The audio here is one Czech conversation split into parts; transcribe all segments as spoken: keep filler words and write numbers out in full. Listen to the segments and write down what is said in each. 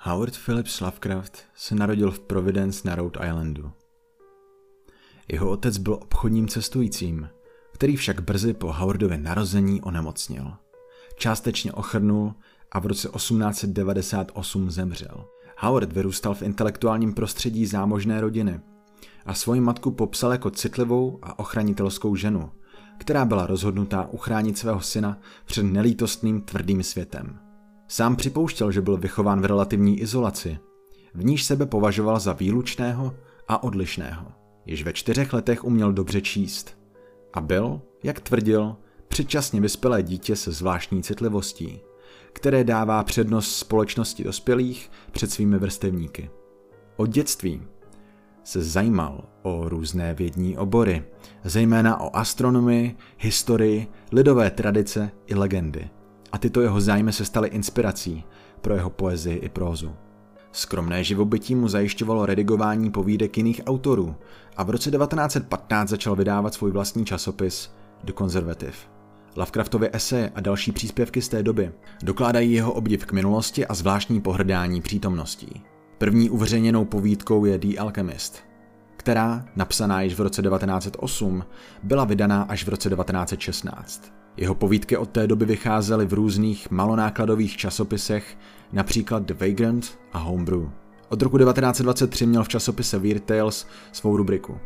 Howard Phillips Lovecraft se narodil v Providence na Rhode Islandu. Jeho otec byl obchodním cestujícím, který však brzy po Howardově narození onemocněl. Částečně ochrnul a v roce osmnáct set devadesát osm zemřel. Howard vyrůstal v intelektuálním prostředí zámožné rodiny a svoji matku popsal jako citlivou a ochranitelskou ženu, která byla rozhodnutá uchránit svého syna před nelítostným tvrdým světem. Sám připouštěl, že byl vychován v relativní izolaci, v níž sebe považoval za výlučného a odlišného. Již ve čtyřech letech uměl dobře číst a byl, jak tvrdil, předčasně vyspělé dítě se zvláštní citlivostí, které dává přednost společnosti dospělých před svými vrstevníky. Od dětství se zajímal o různé vědní obory, zejména o astronomii, historii, lidové tradice i legendy. A tyto jeho zájmy se staly inspirací pro jeho poezii i prózu. Skromné živobytí mu zajišťovalo redigování povídek jiných autorů a v roce devatenáct set patnáct začal vydávat svůj vlastní časopis The Conservative. Lovecraftovy eseje a další příspěvky z té doby dokládají jeho obdiv k minulosti a zvláštní pohrdání přítomností. První uveřejněnou povídkou je The Alchemist, která, napsaná již v roce devatenáct set osm, byla vydaná až v roce devatenáct set šestnáct. Jeho povídky od té doby vycházely v různých malonákladových časopisech, například The Vagrant a Homebrew. Od roku devatenáct set dvacet tři měl v časopise Weird Tales svou rubriku.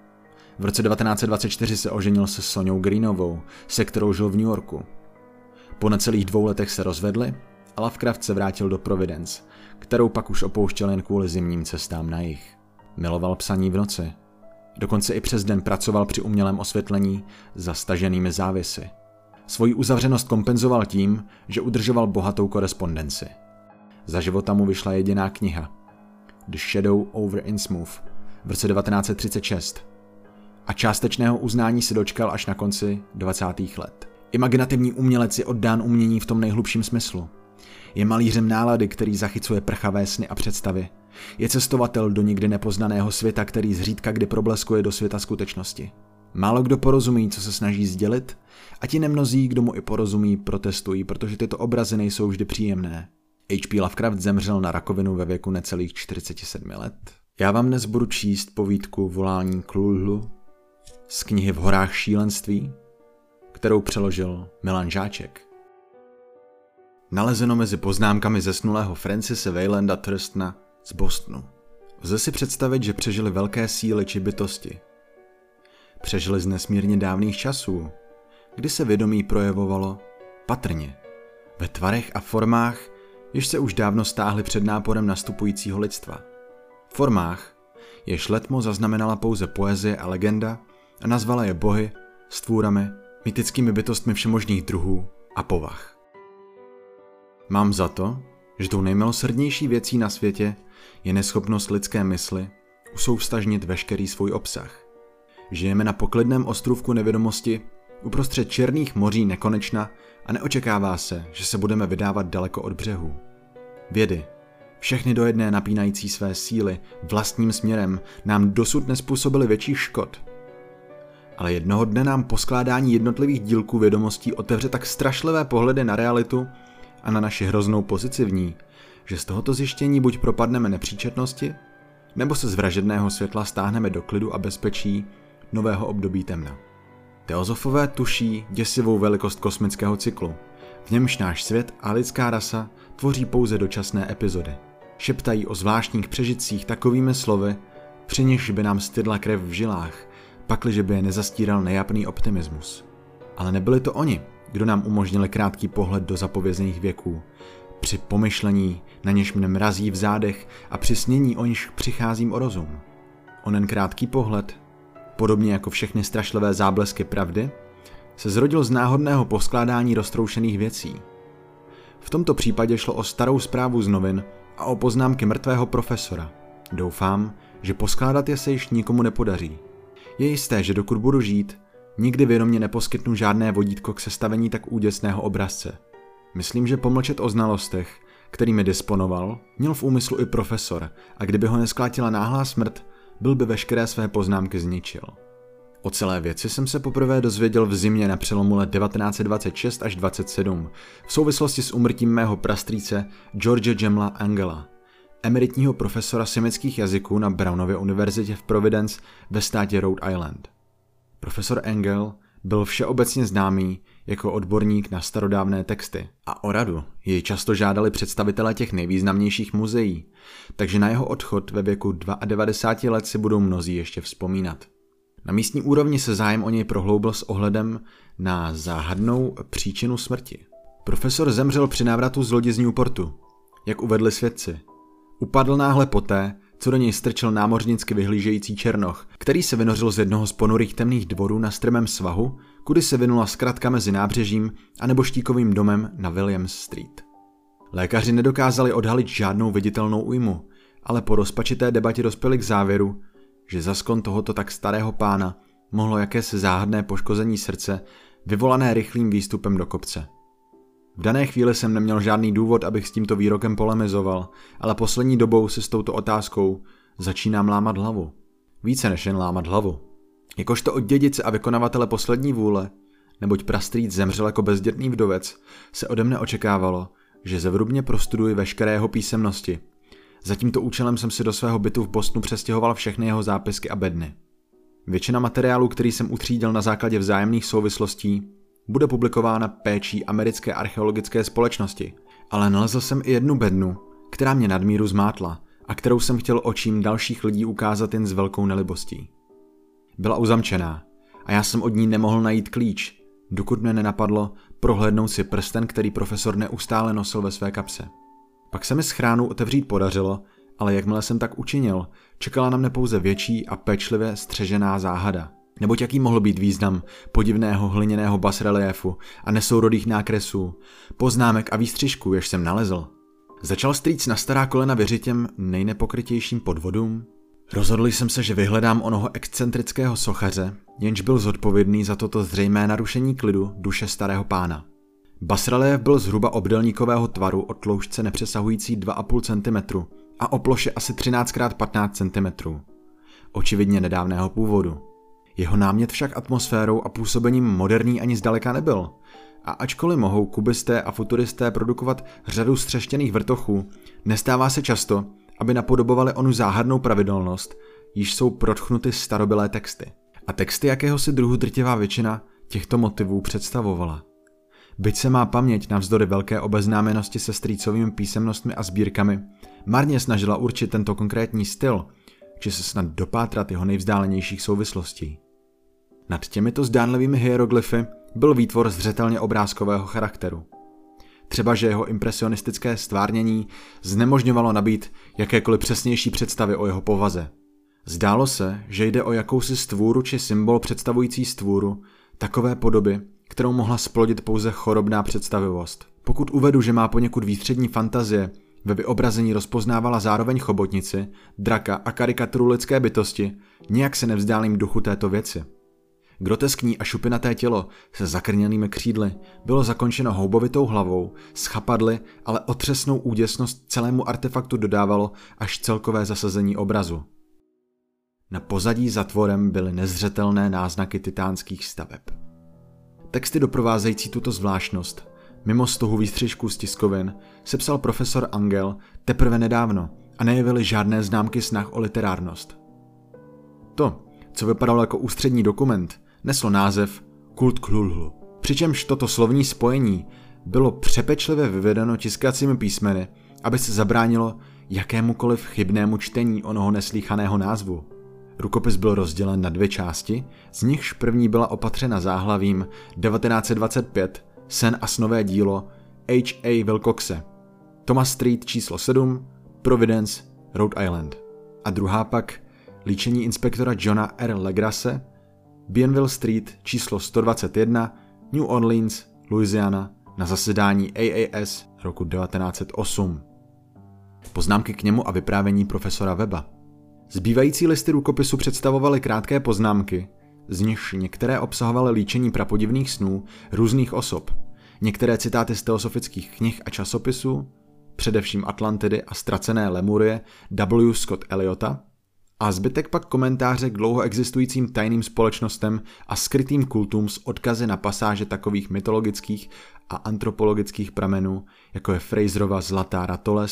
V roce devatenáct set dvacet čtyři se oženil se Soňou Greenovou, se kterou žil v New Yorku. Po necelých dvou letech se rozvedli a Lovecraft se vrátil do Providence, kterou pak už opouštěl jen kvůli zimním cestám na jih. Miloval psaní v noci. Dokonce i přes den pracoval při umělém osvětlení za staženými závěsy. Svoji uzavřenost kompenzoval tím, že udržoval bohatou korespondenci. Za života mu vyšla jediná kniha The Shadow over Innsmouth v roce devatenáct set třicet šest a částečného uznání se dočkal až na konci dvacátých let. Imaginativní umělec je oddán umění v tom nejhlubším smyslu. Je malířem nálady, který zachycuje prchavé sny a představy. Je cestovatel do nikdy nepoznaného světa, který zřídka kdy probleskuje do světa skutečnosti. Málo kdo porozumí, co se snaží sdělit, a ti nemnozí, kdo mu i porozumí, protestují, protože tyto obrazy nejsou vždy příjemné. H P Lovecraft zemřel na rakovinu ve věku necelých čtyřiceti sedmi let. Já vám dnes budu číst povídku Volání Cthulhu z knihy V horách šílenství, kterou přeložil Milan Žáček. Nalezeno mezi poznámkami zesnulého Francise Waylanda Thurstona z Bostonu. Lze si představit, že přežili velké síly či bytosti. Přežili z nesmírně dávných časů, kdy se vědomí projevovalo patrně, ve tvarech a formách, jež se už dávno stáhly před náporem nastupujícího lidstva. V formách, jež letmo zaznamenala pouze poezie a legenda a nazvala je bohy, stvůrami, mytickými bytostmi všemožných druhů a povah. Mám za to, že tou nejmilosrdnější věcí na světě je neschopnost lidské mysli usouvztažnit veškerý svůj obsah. Žijeme na poklidném ostrůvku nevědomosti uprostřed černých moří nekonečna a neočekává se, že se budeme vydávat daleko od břehů. Vědy, všechny do jedné napínající své síly vlastním směrem, nám dosud nezpůsobily větší škod. Ale jednoho dne nám poskládání jednotlivých dílků vědomostí otevře tak strašlivé pohledy na realitu a na naši hroznou pozici v ní, že z tohoto zjištění buď propadneme nepříčetnosti, nebo se z vražedného světla stáhneme do klidu a bezpečí nového období temna. Teozofové tuší děsivou velikost kosmického cyklu, v němž náš svět a lidská rasa tvoří pouze dočasné epizody. Šeptají o zvláštních přežitcích takovými slovy, při nichž by nám stydla krev v žilách, pakliže by je nezastíral nejapný optimismus. Ale nebyli to oni, kdo nám umožnili krátký pohled do zapovězených věků, při pomyšlení, na něž mne mrazí v zádech a při snění, o níž přicházím o rozum. Onen krátký pohled, podobně jako všechny strašlivé záblesky pravdy, se zrodil z náhodného poskládání roztroušených věcí. V tomto případě šlo o starou zprávu z novin a o poznámky mrtvého profesora. Doufám, že poskládat je se již nikomu nepodaří. Je jisté, že dokud budu žít, nikdy vědomě neposkytnu žádné vodítko k sestavení tak úděsného obrazce. Myslím, že pomlčet o znalostech, kterými disponoval, měl v úmyslu i profesor a kdyby ho nesklátila náhlá smrt, byl by veškeré své poznámky zničil. O celé věci jsem se poprvé dozvěděl v zimě na přelomu let devatenáct set dvacet šest až dvacet sedm v souvislosti s úmrtím mého prastrýce George Jamla Angela, emeritního profesora semických jazyků na Brownově univerzitě v Providence ve státě Rhode Island. Profesor Engel byl všeobecně známý jako odborník na starodávné texty a o radu jej často žádali představitelé těch nejvýznamnějších muzeí, takže na jeho odchod ve věku devadesát dva let si budou mnozí ještě vzpomínat. Na místní úrovni se zájem o něj prohloubil s ohledem na záhadnou příčinu smrti. Profesor zemřel při návratu z lodi z Newportu, jak uvedli svědci. Upadl náhle poté, co do něj strčil námořnicky vyhlížející černoch, který se vynořil z jednoho z ponurých temných dvorů na strmém svahu, kudy se vynula zkratka mezi nábřežím a neboštíkovým domem na Williams Street. Lékaři nedokázali odhalit žádnou viditelnou újmu, ale po rozpačité debatě dospěli k závěru, že za skon tohoto tak starého pána mohlo jakési záhadné poškození srdce, vyvolané rychlým výstupem do kopce. V dané chvíli jsem neměl žádný důvod, abych s tímto výrokem polemizoval, ale poslední dobou se s touto otázkou začínám lámat hlavu. Více než jen lámat hlavu. Jakožto od dědice a vykonavatele poslední vůle, neboť prastrýc zemřel jako bezdětný vdovec, se ode mne očekávalo, že zevrubně prostuduji veškeré jeho písemnosti. Za tímto účelem jsem si do svého bytu v Bostonu přestěhoval všechny jeho zápisky a bedny. Většina materiálu, který jsem utřídil na základě vzájemných souvislostí, bude publikována péčí americké archeologické společnosti, ale nalezl jsem i jednu bednu, která mě nadmíru zmátla a kterou jsem chtěl očím dalších lidí ukázat jen s velkou nelibostí. Byla uzamčená a já jsem od ní nemohl najít klíč, dokud mne nenapadlo prohlédnout si prsten, který profesor neustále nosil ve své kapse. Pak se mi schránu otevřít podařilo, ale jakmile jsem tak učinil, čekala na mne pouze větší a pečlivě střežená záhada. Neboť jaký mohl být význam podivného hliněného basreliéfu a nesourodých nákresů, poznámek a výstřižků, jež jsem nalezl. Začal strýc na stará kolena věřit těm nejnepokrytějším podvodům? Rozhodl jsem se, že vyhledám onoho excentrického sochaře, jenž byl zodpovědný za toto zřejmé narušení klidu duše starého pána. Basreliéf byl zhruba obdélníkového tvaru o tloušťce nepřesahující dva a půl centimetru a o ploše asi třináct krát patnáct centimetrů. Očividně nedávného původu. Jeho námět však atmosférou a působením moderní ani zdaleka nebyl. A ačkoliv mohou kubisté a futuristé produkovat řadu střeštěných vrtochů, nestává se často, aby napodobovali onu záhadnou pravidelnost, již jsou protchnuty starobylé texty. A texty jakéhosi druhu drtivá většina těchto motivů představovala. Byť se má paměť navzdory velké obeznámenosti se strýcovými písemnostmi a sbírkami, marně snažila určit tento konkrétní styl, či se snad dopátrat jeho nejvzdálenějších souvislostí. Nad těmito zdánlivými hieroglyfy byl výtvor zřetelně obrázkového charakteru. Třeba že jeho impresionistické stvárnění znemožňovalo nabít jakékoliv přesnější představy o jeho povaze. Zdálo se, že jde o jakousi stvůru či symbol představující stvůru takové podoby, kterou mohla splodit pouze chorobná představivost. Pokud uvedu, že má poněkud výstřední fantazie, ve vyobrazení rozpoznávala zároveň chobotnici, draka a karikaturu lidské bytosti, nijak se nevzdálím duchu této věci. Groteskní a šupinaté tělo se zakrněnými křídly bylo zakončeno houbovitou hlavou, s chapadly, ale otřesnou úděsnost celému artefaktu dodávalo až celkové zasazení obrazu. Na pozadí za tvorem byly nezřetelné náznaky titánských staveb. Texty doprovázející tuto zvláštnost, mimo stohu výstřižků z tiskovin, sepsal profesor Angel teprve nedávno a nejevily žádné známky snah o literárnost. To, co vypadalo jako ústřední dokument, neslo název Kult Cthulhu. Přičemž toto slovní spojení bylo přepečlivě vyvedeno tiskacími písmeny, aby se zabránilo jakémukoliv chybnému čtení onoho neslýchaného názvu. Rukopis byl rozdělen na dvě části, z nichž první byla opatřena záhlavím devatenáct set dvacet pět Sen a snové dílo H A Wilcoxe, Thomas Street číslo sedm, Providence, Rhode Island. A druhá pak Líčení inspektora Johna R. Legrasse, Bienville Street číslo sto dvacet jedna, New Orleans, Louisiana, na zasedání A A S roku devatenáct set osm. Poznámky k němu a vyprávění profesora Weba. Zbývající listy rukopisu představovaly krátké poznámky, z nichž některé obsahovaly líčení prapodivných snů různých osob, některé citáty z teosofických knih a časopisů, především Atlantidy a ztracené Lemurie W. Scott Eliota, a zbytek pak komentáře k dlouho existujícím tajným společnostem a skrytým kultům s odkazy na pasáže takových mytologických a antropologických pramenů, jako je Fraserova Zlatá ratolest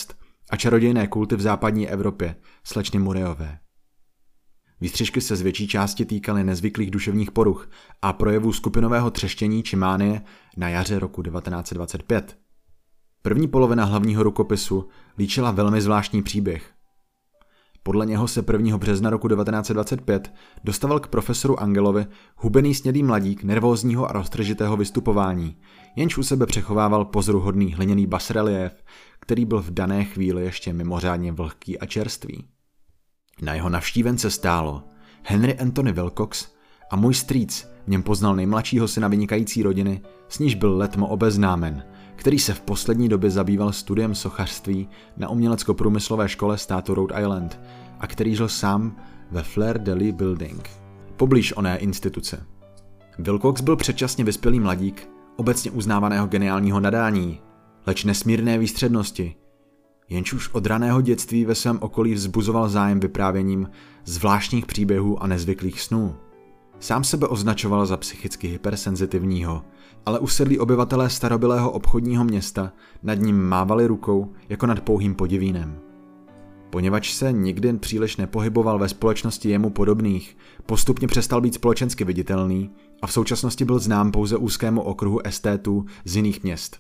a čarodějné kulty v západní Evropě slečny Murrayové. Výstřižky se z větší části týkaly nezvyklých duševních poruch a projevů skupinového třeštění či mánie na jaře roku devatenáct set dvacet pět. První polovina hlavního rukopisu líčila velmi zvláštní příběh. Podle něho se prvního března roku devatenáct set dvacet pět dostavil k profesoru Angelovi hubený snědý mladík nervózního a roztržitého vystupování, jenž u sebe přechovával pozoruhodný hliněný basreliéf, který byl v dané chvíli ještě mimořádně vlhký a čerstvý. Na jeho navštívence stálo Henry Anthony Wilcox a můj strýc v něm poznal nejmladšího syna vynikající rodiny, s níž byl letmo obeznámen, který se v poslední době zabýval studiem sochařství na umělecko-průmyslové škole státu Rhode Island a který žil sám ve Fleur de Lis Building, poblíž oné instituce. Wilcox byl předčasně vyspělý mladík, obecně uznávaného geniálního nadání, leč nesmírné výstřednosti, jenž už od raného dětství ve svém okolí vzbuzoval zájem vyprávěním zvláštních příběhů a nezvyklých snů. Sám sebe označoval za psychicky hypersenzitivního, ale usedlí obyvatelé starobylého obchodního města nad ním mávali rukou jako nad pouhým podivínem. Poněvadž se nikdy příliš nepohyboval ve společnosti jemu podobných, postupně přestal být společensky viditelný a v současnosti byl znám pouze úzkému okruhu estétů z jiných měst.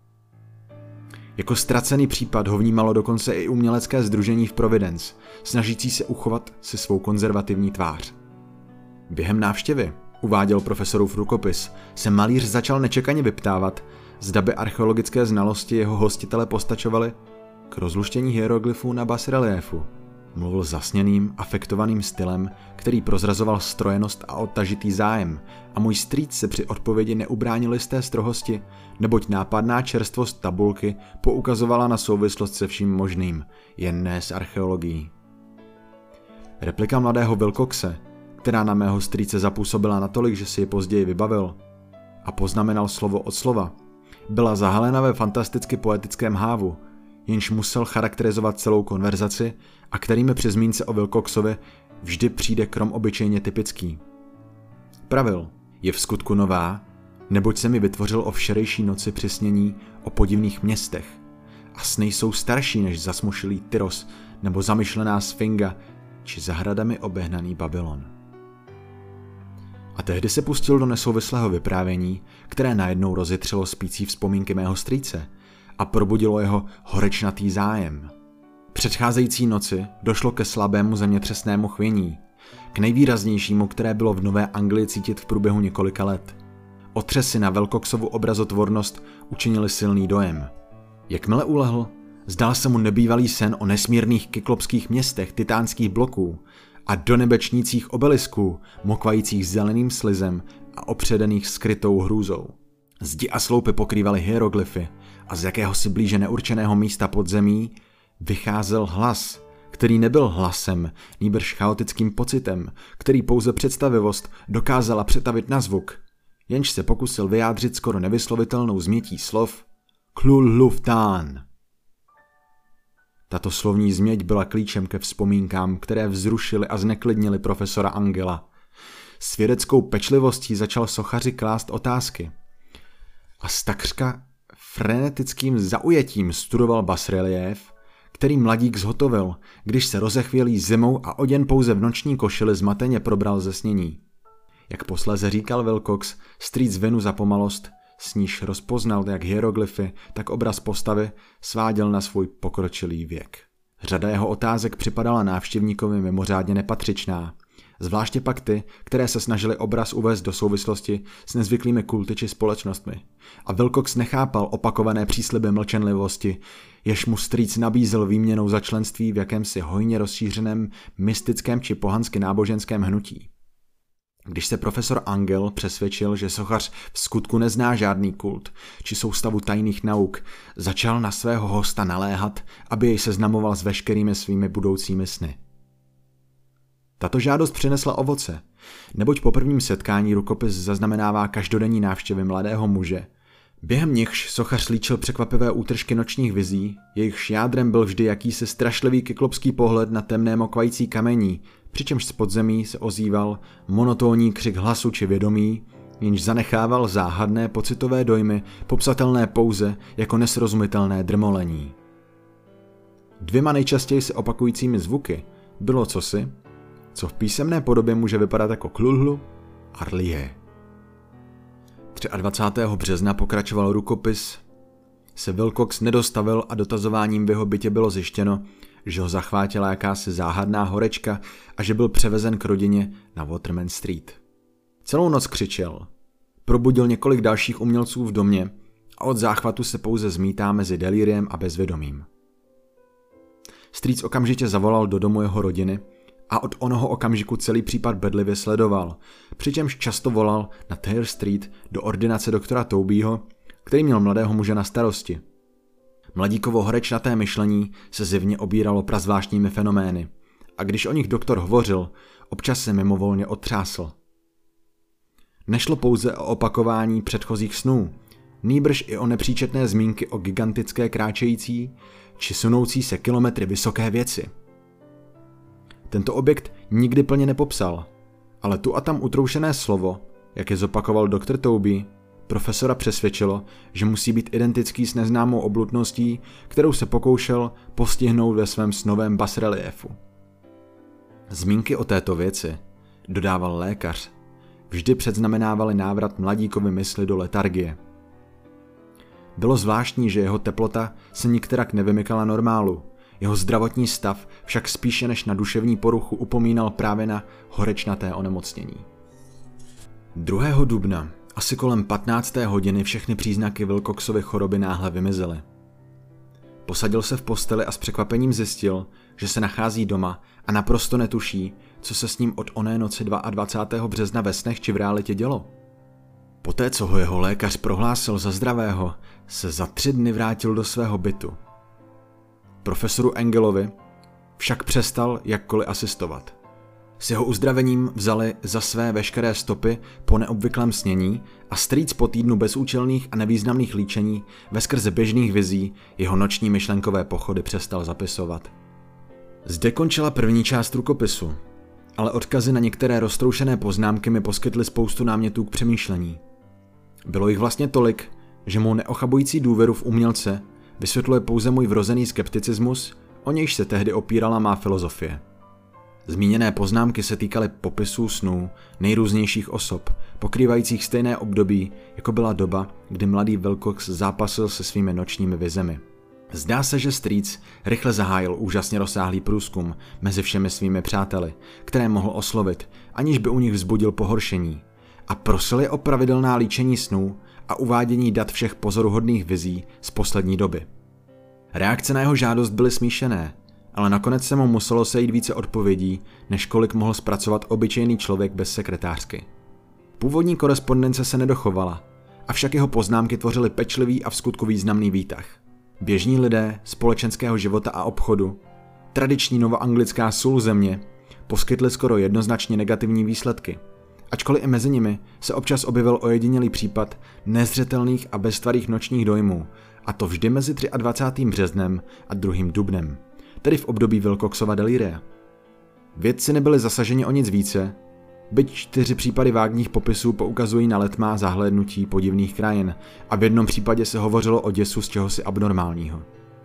Jako ztracený případ ho vnímalo dokonce i umělecké sdružení v Providence, snažící se uchovat si svou konzervativní tvář. Během návštěvy, uváděl profesorův rukopis, se malíř začal nečekaně vyptávat, zda by archeologické znalosti jeho hostitele postačovaly k rozluštění hieroglyfů na basreliéfu. Mluvil zasněným, afektovaným stylem, který prozrazoval strojenost a odtažitý zájem, a můj strýc se při odpovědi neubránil jisté strohosti, neboť nápadná čerstvost tabulky poukazovala na souvislost se vším možným, jen ne s archeologií. Replika mladého Wilcoxe, která na mého strýce zapůsobila natolik, že si ji později vybavil a poznamenal slovo od slova, byla zahalena ve fantasticky poetickém hávu, jenž musel charakterizovat celou konverzaci a kterými při zmínce o Wilcoxovi vždy přijde krom obyčejně typický. Pravil, je v skutku nová, neboť se mi vytvořil o včerejší noci při snění o podivných městech a sny jsou starší než zasmušilý Tyros nebo zamyšlená Sfinga či zahradami obehnaný Babylon. A tehdy se pustil do nesouvislého vyprávění, které najednou rozjitřilo spící vzpomínky mého strýce a probudilo jeho horečnatý zájem. Předcházející noci došlo ke slabému zemětřesnému chvění, k nejvýraznějšímu, které bylo v Nové Anglii cítit v průběhu několika let. Otřesy na Wilcoxovu obrazotvornost učinili silný dojem. Jakmile ulehl, zdál se mu nebývalý sen o nesmírných kyklopských městech titánských bloků a donebečnících obelisků, mokvajících zeleným slizem a opředených skrytou hrůzou. Zdi a sloupy pokrývaly hieroglyfy a z jakéhosi blíže neurčeného místa pod zemí vycházel hlas, který nebyl hlasem, nýbrž chaotickým pocitem, který pouze představivost dokázala přetavit na zvuk, jenž se pokusil vyjádřit skoro nevyslovitelnou změtí slov Kluluftan. Tato slovní změť byla klíčem ke vzpomínkám, které vzrušily a zneklidnily profesora Angela. S vědeckou pečlivostí začal sochaři klást otázky a s takřka frenetickým zaujetím studoval basreliéf, který mladík zhotovil, když se rozechvělý zimou a oděn pouze v noční košili zmateně probral ze snění. Jak posléze říkal Wilcox, strýc vinu za pomalost, s níž rozpoznal jak hieroglyfy, tak obraz postavy, sváděl na svůj pokročilý věk. Řada jeho otázek připadala návštěvníkovi mimořádně nepatřičná, zvláště pak ty, které se snažili obraz uvést do souvislosti s nezvyklými kulty či společnostmi. A Wilcox nechápal opakované přísliby mlčenlivosti, jež mu strýc nabízel výměnou za členství v jakémsi hojně rozšířeném mystickém či pohansky náboženském hnutí. Když se profesor Angel přesvědčil, že sochař v skutku nezná žádný kult či soustavu tajných nauk, začal na svého hosta naléhat, aby jej seznamoval s veškerými svými budoucími sny. Tato žádost přinesla ovoce, neboť po prvním setkání rukopis zaznamenává každodenní návštěvy mladého muže. Během nichž sochař líčil překvapivé útržky nočních vizí, jejichž jádrem byl vždy jakýsi strašlivý kyklopský pohled na temné mokvající kamení, přičemž z podzemí se ozýval monotónní křik hlasu či vědomí, jenž zanechával záhadné pocitové dojmy, popsatelné pouze jako nesrozumitelné drmolení. Dvěma nejčastěji se opakujícími zvuky bylo cosi, co v písemné podobě může vypadat jako klulhlu a rlie. dvacátého třetího března pokračoval rukopis, se Wilcox nedostavil a dotazováním v jeho bytě bylo zjištěno, že ho zachvátila jakási záhadná horečka a že byl převezen k rodině na Waterman Street. Celou noc křičel. Probudil několik dalších umělců v domě a od záchvatu se pouze zmítá mezi delíriem a bezvědomím. Strýc okamžitě zavolal do domu jeho rodiny a od onoho okamžiku celý případ bedlivě sledoval, přičemž často volal na Thayer Street do ordinace doktora Tobyho, který měl mladého muže na starosti. Mladíkovo horečnaté myšlení se zjevně obíralo prazvláštními fenomény a když o nich doktor hovořil, občas se mimovolně otřásl. Nešlo pouze o opakování předchozích snů, nýbrž i o nepříčetné zmínky o gigantické kráčející či sunoucí se kilometry vysoké věci. Tento objekt nikdy plně nepopsal, ale tu a tam utroušené slovo, jak je zopakoval doktor Toby, profesora přesvědčilo, že musí být identický s neznámou obludností, kterou se pokoušel postihnout ve svém snovém basreliefu. Zmínky o této věci, dodával lékař, vždy předznamenávaly návrat mladíkovy mysli do letargie. Bylo zvláštní, že jeho teplota se nikterak nevymykala normálu, jeho zdravotní stav však spíše než na duševní poruchu upomínal právě na horečnaté onemocnění. druhého dubna, asi kolem patnácté hodiny, všechny příznaky Wilcoxovy choroby náhle vymizely. Posadil se v posteli a s překvapením zjistil, že se nachází doma a naprosto netuší, co se s ním od oné noci dvacátého druhého března ve snech či v realitě dělo. Poté, co ho jeho lékař prohlásil za zdravého, se za tři dny vrátil do svého bytu. Profesoru Engelovi však přestal jakkoliv asistovat. S jeho uzdravením vzali za své veškeré stopy po neobvyklém snění a strýc po týdnu bezúčelných a nevýznamných líčení veskrze běžných vizí jeho noční myšlenkové pochody přestal zapisovat. Zde končila první část rukopisu, ale odkazy na některé roztroušené poznámky mi poskytly spoustu námětů k přemýšlení. Bylo jich vlastně tolik, že mou neochabující důvěru v umělce vysvětluje pouze můj vrozený skepticismus, o nějž se tehdy opírala má filozofie. Zmíněné poznámky se týkaly popisů snů nejrůznějších osob, pokrývajících stejné období, jako byla doba, kdy mladý Wilcox zápasil se svými nočními vizemi. Zdá se, že strýc rychle zahájil úžasně rozsáhlý průzkum mezi všemi svými přáteli, které mohl oslovit, aniž by u nich vzbudil pohoršení, a prosil je o pravidelná líčení snů a uvádění dat všech pozoruhodných vizí z poslední doby. Reakce na jeho žádost byly smíšené, ale nakonec se mu muselo sejít více odpovědí, než kolik mohl zpracovat obyčejný člověk bez sekretářky. Původní korespondence se nedochovala, avšak jeho poznámky tvořily pečlivý a vskutku významný výtah. Běžní lidé společenského života a obchodu, tradiční novoanglická sůl země, poskytly skoro jednoznačně negativní výsledky, ačkoliv i mezi nimi se občas objevil ojedinělý případ nezřetelných a beztvarých nočních dojmů, a to vždy mezi dvacátým třetím březnem a druhým dubnem, tedy v období Wilcoxova delíria. Vědci nebyli zasaženi o nic více, byť čtyři případy vágních popisů poukazují na letmá zahlédnutí podivných krajin a v jednom případě se hovořilo o děsu z čehosi abnormálního.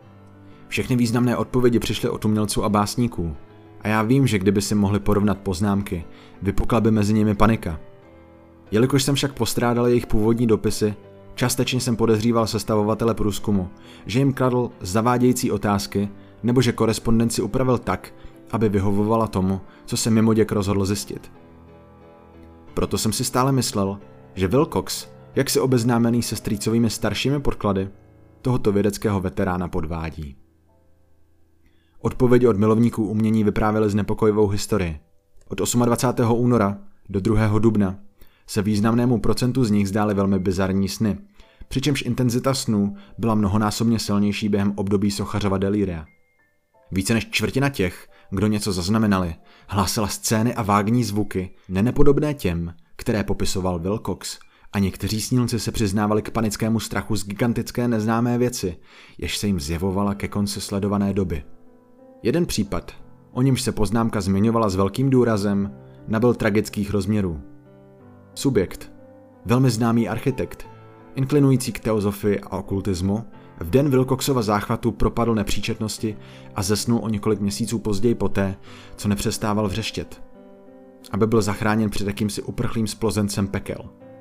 Všechny významné odpovědi přišly od umělců a básníků a já vím, že kdyby si mohli porovnat poznámky, vypukla by mezi nimi panika. Jelikož jsem však postrádal jejich původní dopisy, částečně jsem podezříval sestavovatele průzkumu, že jim kladl zavádějící otázky nebo že korespondenci upravil tak, aby vyhovovala tomu, co se mimoděk rozhodl zjistit. Proto jsem si stále myslel, že Wilcox, jak si obeznámený se strýcovými staršími podklady, tohoto vědeckého veterána podvádí. Odpovědi od milovníků umění vyprávěly znepokojivou historii. Od dvacátého osmého února do druhého dubna se významnému procentu z nich zdály velmi bizarní sny, přičemž intenzita snů byla mnohonásobně silnější během období Sochařova delíria. Více než čtvrtina těch, kdo něco zaznamenali, hlásila scény a vágní zvuky, nenepodobné těm, které popisoval Wilcox, a někteří snílci se přiznávali k panickému strachu z gigantické neznámé věci, jež se jim zjevovala ke konci sledované doby. Jeden případ, o němž se poznámka zmiňovala s velkým důrazem, nabyl tragických rozměrů. Subjekt, velmi známý architekt, inklinující k teozofii a okultismu, V den Wilcoxova záchvatu propadl nepříčetnosti a zesnul o několik měsíců později poté, co nepřestával vřeštět, aby byl zachráněn před jakýmsi uprchlým splozencem pekel.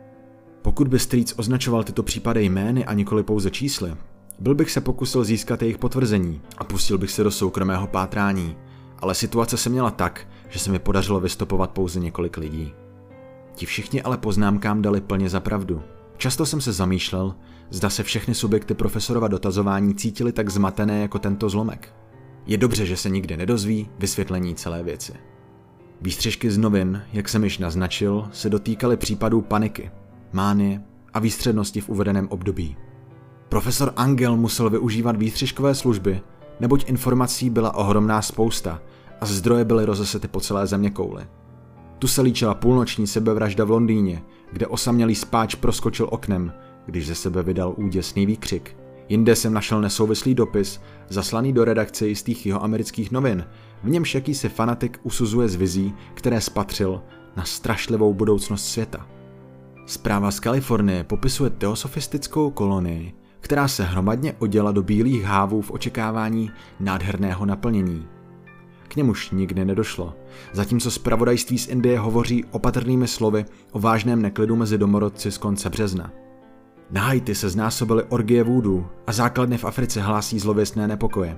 Pokud by strýc označoval tyto případy jmény a nikoli pouze čísly, byl bych se pokusil získat jejich potvrzení a pustil bych se do soukromého pátrání, ale situace se měla tak, že se mi podařilo vystopovat pouze několik lidí. Ti všichni ale poznámkám dali plně za pravdu. Často jsem se zamýšlel, zda se všechny subjekty profesorova dotazování cítili tak zmatené jako tento zlomek. Je dobře, že se nikdy nedozví vysvětlení celé věci. Výstřižky z novin, jak jsem již naznačil, se dotýkaly případů paniky, mánie a výstřednosti v uvedeném období. Profesor Angel musel využívat výstřižkové služby, neboť informací byla ohromná spousta a zdroje byly rozesety po celé zeměkouli. Tu se líčila půlnoční sebevražda v Londýně, kde osamělý spáč proskočil oknem, když ze sebe vydal úděsný výkřik. Jinde jsem našel nesouvislý dopis, zaslaný do redakce jistých jihoamerických novin, v němž jakýsi fanatik usuzuje z vizí, které spatřil na strašlivou budoucnost světa. Zpráva z Kalifornie popisuje teosofistickou kolonii, která se hromadně oděla do bílých hávů v očekávání nádherného naplnění. K němuž nikdy nedošlo, zatímco zpravodajství z Indie hovoří opatrnými slovy o vážném neklidu mezi domorodci z konce března. Na Haiti se znásobily orgie vůdů a základny v Africe hlásí zlověstné nepokoje.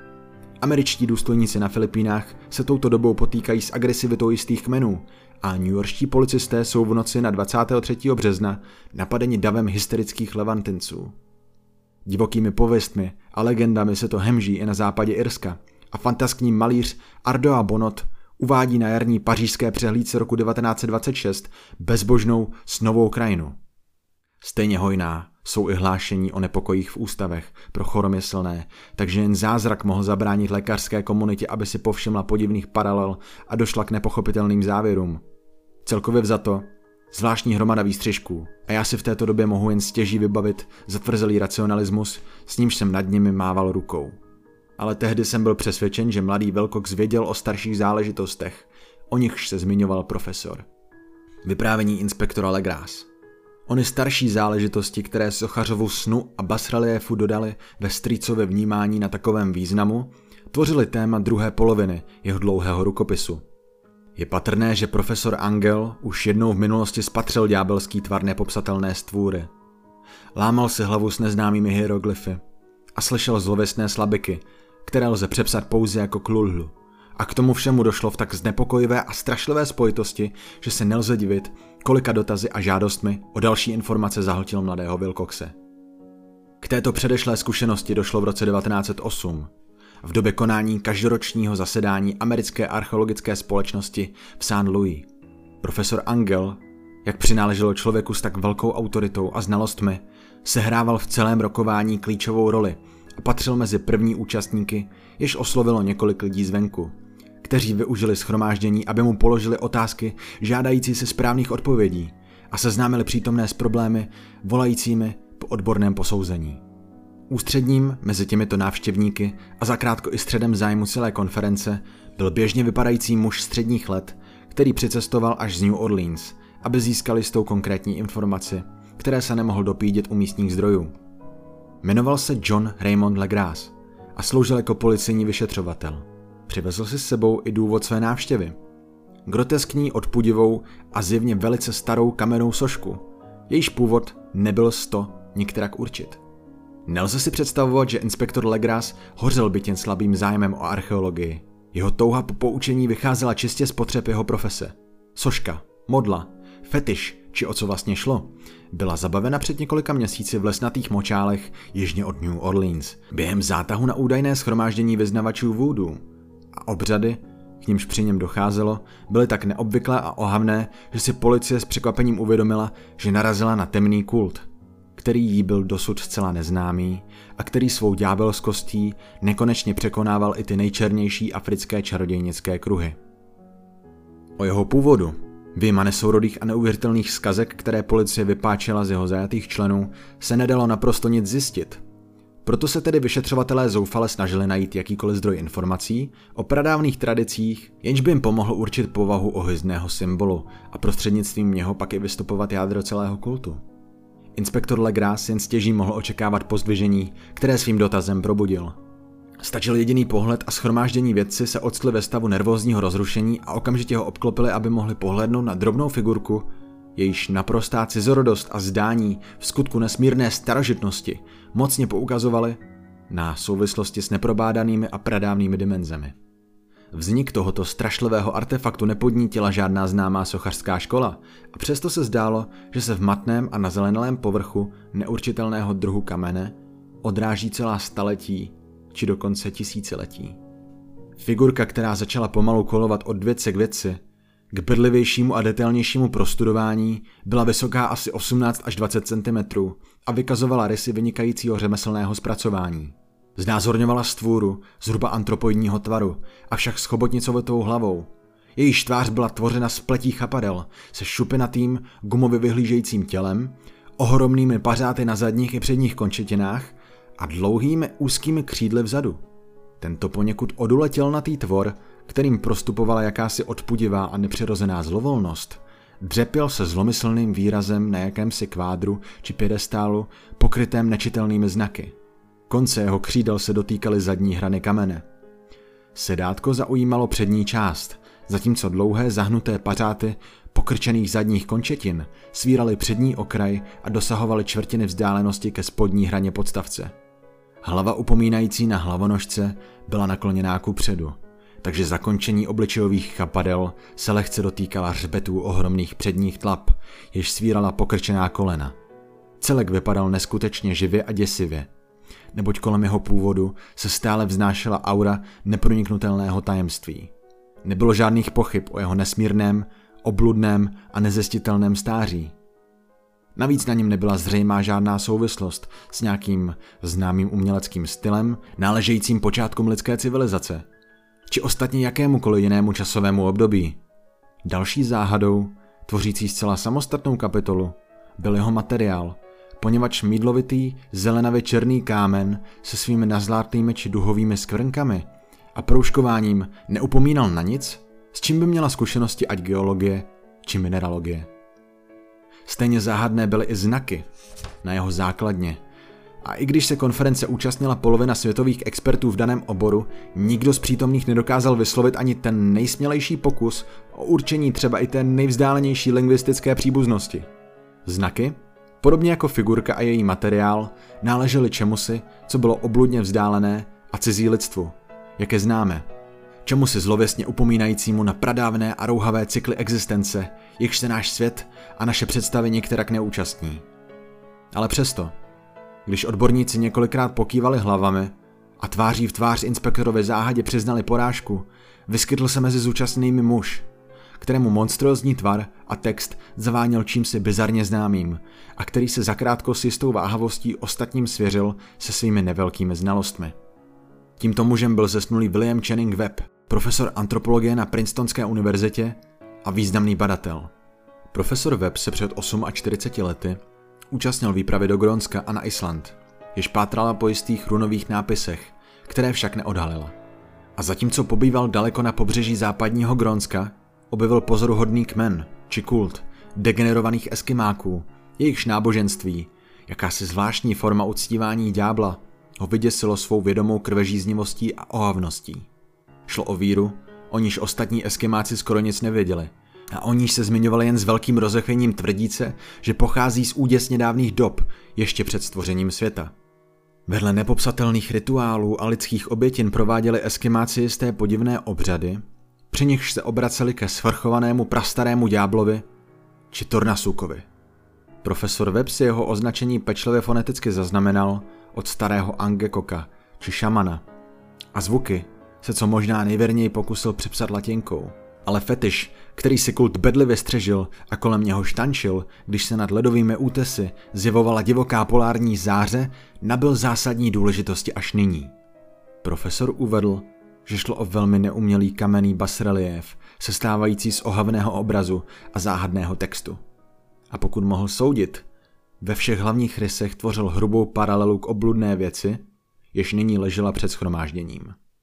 Američtí důstojníci na Filipínách se touto dobou potýkají s agresivitou jistých kmenů a newyorští policisté jsou v noci na dvacátého třetího března napadeni davem hysterických levantinců. Divokými pověstmi a legendami se to hemží i na západě Irska a fantaskní malíř Ardoa Bonot uvádí na jarní pařížské přehlídce roku devatenáct set dvacet šest bezbožnou snovou krajinu. Stejně hojná jsou i hlášení o nepokojích v ústavech pro choromyslné, takže jen zázrak mohl zabránit lékařské komunitě, aby si povšimla podivných paralel a došla k nepochopitelným závěrům. Celkově vzato, zvláštní hromada výstřižků a já si v této době mohu jen stěží vybavit zatvrzelý racionalismus, s nímž jsem nad nimi mával rukou. Ale tehdy jsem byl přesvědčen, že mladý Wilcox věděl o starších záležitostech, o nichž se zmiňoval profesor. Vyprávění inspektora Legras. Ony starší záležitosti, které Sochařovu snu a basreliefu dodali ve strýcově vnímání na takovém významu, tvořily téma druhé poloviny jeho dlouhého rukopisu. Je patrné, že profesor Angel už jednou v minulosti spatřil ďábelský tvar nepopsatelné stvůry. Lámal si hlavu s neznámými hieroglyfy a slyšel zlověstné slabiky, které lze přepsat pouze jako klulhlu. A k tomu všemu došlo v tak znepokojivé a strašlivé spojitosti, že se nelze divit, kolika dotazy a žádostmi o další informace zahltil mladého Wilcoxe. K této předešlé zkušenosti došlo v roce devatenáct set osm, v době konání každoročního zasedání americké archeologické společnosti v Saint Louis. Profesor Angel, jak přináleželo člověku s tak velkou autoritou a znalostmi, sehrával v celém rokování klíčovou roli a patřil mezi první účastníky, jež oslovilo několik lidí zvenku, kteří využili shromáždění, aby mu položili otázky žádající se správných odpovědí a seznámili přítomné s problémy volajícími po odborném posouzení. Ústředním mezi těmito návštěvníky a zakrátko i středem zájmu celé konference byl běžně vypadající muž středních let, který přicestoval až z New Orleans, aby získal jistou konkrétní informaci, které se nemohl dopídit u místních zdrojů. Jmenoval se John Raymond Legras a sloužil jako policejní vyšetřovatel. Přivezl si s sebou i důvod své návštěvy. Groteskní, odpudivou a zjevně velice starou kamennou sošku, jejíž původ nebyl sto nikterak určit. Nelze si představovat, že inspektor Legras hořel byt jen slabým zájmem o archeologii. Jeho touha po poučení vycházela čistě z potřeb jeho profese. Soška, modla, fetiš, či o co vlastně šlo, byla zabavena před několika měsíci v lesnatých močálech jižně od New Orleans během zátahu na údajné shromáždění vyznavačů voodu. A obřady, k nimž při něm docházelo, byly tak neobvyklé a ohavné, že si policie s překvapením uvědomila, že narazila na temný kult, který jí byl dosud zcela neznámý a který svou ďábelskostí nekonečně překonával i ty nejčernější africké čarodějnické kruhy. O jeho původu, vyjma nesourodých a neuvěřitelných zkazek, které policie vypáčela z jeho zajatých členů, se nedalo naprosto nic zjistit. Proto se tedy vyšetřovatelé zoufale snažili najít jakýkoliv zdroj informací o pradávných tradicích, jenž by jim pomohl určit povahu ohyzného symbolu a prostřednictvím něho pak i vystupovat jádro celého kultu. Inspektor Legras jen stěží mohl očekávat pozdvižení, které svým dotazem probudil. Stačil jediný pohled a shromáždění vědci se octli ve stavu nervózního rozrušení a okamžitě ho obklopili, aby mohli pohlédnout na drobnou figurku, jejíž naprostá cizorodost a zdání v skutku nesmírné starožitnosti mocně poukazovaly na souvislosti s neprobádanými a pradávnými dimenzemi. Vznik tohoto strašlivého artefaktu nepodnítila žádná známá sochařská škola a přesto se zdálo, že se v matném a nazelenalém povrchu neurčitelného druhu kamene odráží celá staletí či dokonce tisíciletí. Figurka, která začala pomalu kolovat od vědce k vědci, k bedlivějšímu a detailnějšímu prostudování, byla vysoká asi osmnáct až dvacet centimetrů a vykazovala rysy vynikajícího řemeslného zpracování. Znázorňovala stvůru zhruba antropoidního tvaru, avšak s chobotnicovitou hlavou. Jejíž tvář byla tvořena z pletí chapadel se šupinatým, gumově vyhlížejícím tělem, ohromnými pařáty na zadních i předních končetinách a dlouhými úzkými křídly vzadu. Tento poněkud oduletělnatý tvor, kterým prostupovala jakási odpudivá a nepřirozená zlovolnost, dřepěl se zlomyslným výrazem na jakémsi kvádru či pědestálu pokrytém nečitelnými znaky. Konce jeho křídel se dotýkaly zadní hrany kamene. Sedátko zaujímalo přední část, zatímco dlouhé zahnuté pařáty pokrčených zadních končetin svíraly přední okraj a dosahovaly čtvrtiny vzdálenosti ke spodní hraně podstavce. Hlava upomínající na hlavonožce byla nakloněná kupředu, takže zakončení obličejových chapadel se lehce dotýkala hřbetů ohromných předních tlap, jež svírala pokrčená kolena. Celek vypadal neskutečně živě a děsivě, neboť kolem jeho původu se stále vznášela aura neproniknutelného tajemství. Nebylo žádných pochyb o jeho nesmírném, obludném a nezestitelném stáří. Navíc na něm nebyla zřejmá žádná souvislost s nějakým známým uměleckým stylem, náležejícím počátkům lidské civilizace, či ostatně jakémukoliv jinému časovému období. Další záhadou, tvořící zcela samostatnou kapitolu, byl jeho materiál, poněvadž mýdlovitý, zelenavě černý kámen se svými nazlátými či duhovými skvrnkami a proužkováním neupomínal na nic, s čím by měla zkušenosti ať geologie či mineralogie. Stejně záhadné byly i znaky na jeho základně. A i když se konference účastnila polovina světových expertů v daném oboru, nikdo z přítomných nedokázal vyslovit ani ten nejsmělejší pokus o určení třeba i té nejvzdálenější lingvistické příbuznosti. Znaky, podobně jako figurka a její materiál, náležely čemusi, co bylo obludně vzdálené a cizí lidstvu, jaké známe. Čemusi zlověstně upomínajícímu na pradávné a rouhavé cykly existence, jichž se náš svět a naše představy některak neúčastní. Ale přesto, když odborníci několikrát pokývali hlavami a tváří v tvář inspektorovi záhadě přiznali porážku, vyskytl se mezi zúčastněnými muž, kterému monstrózní tvar a text zaváněl čímsi bizarně známým a který se zakrátko s jistou váhavostí ostatním svěřil se svými nevelkými znalostmi. Tímto mužem byl zesnulý William Channing Webb, profesor antropologie na Princetonské univerzitě a významný badatel. Profesor Webb se před čtyřiceti osmi lety účastnil výpravy do Grónska a na Island, jež pátrala po jistých runových nápisech, které však neodhalila. A zatímco pobýval daleko na pobřeží západního Grónska, objevil pozoruhodný kmen, či kult, degenerovaných eskimáků, jejichž náboženství, jakási zvláštní forma uctívání ďábla, ho vyděsilo svou vědomou krvežíznivostí a ohavností. Šlo o víru, o níž ostatní eskimáci skoro nic nevěděli, a o níž se zmiňovali jen s velkým rozechvěním tvrdíce, že pochází z úděsně dávných dob, ještě před stvořením světa. Vedle nepopsatelných rituálů a lidských obětin prováděli eskimáci jisté podivné obřady, při nichž se obraceli ke svrchovanému prastarému ďáblovi či Tornasukovi. Profesor Webb si jeho označení pečlivě foneticky zaznamenal od starého Angekoka či šamana a zvuky se co možná nejvěrněji pokusil přepsat latinkou. Ale fetiš, který si kult bedlivě střežil a kolem něho štančil, když se nad ledovými útesy zjevovala divoká polární záře, nabyl zásadní důležitosti až nyní. Profesor uvedl, že šlo o velmi neumělý kamenný basreliéf, sestávající z ohavného obrazu a záhadného textu. A pokud mohl soudit, ve všech hlavních rysech tvořil hrubou paralelu k obludné věci, jež nyní ležela před shromážděním.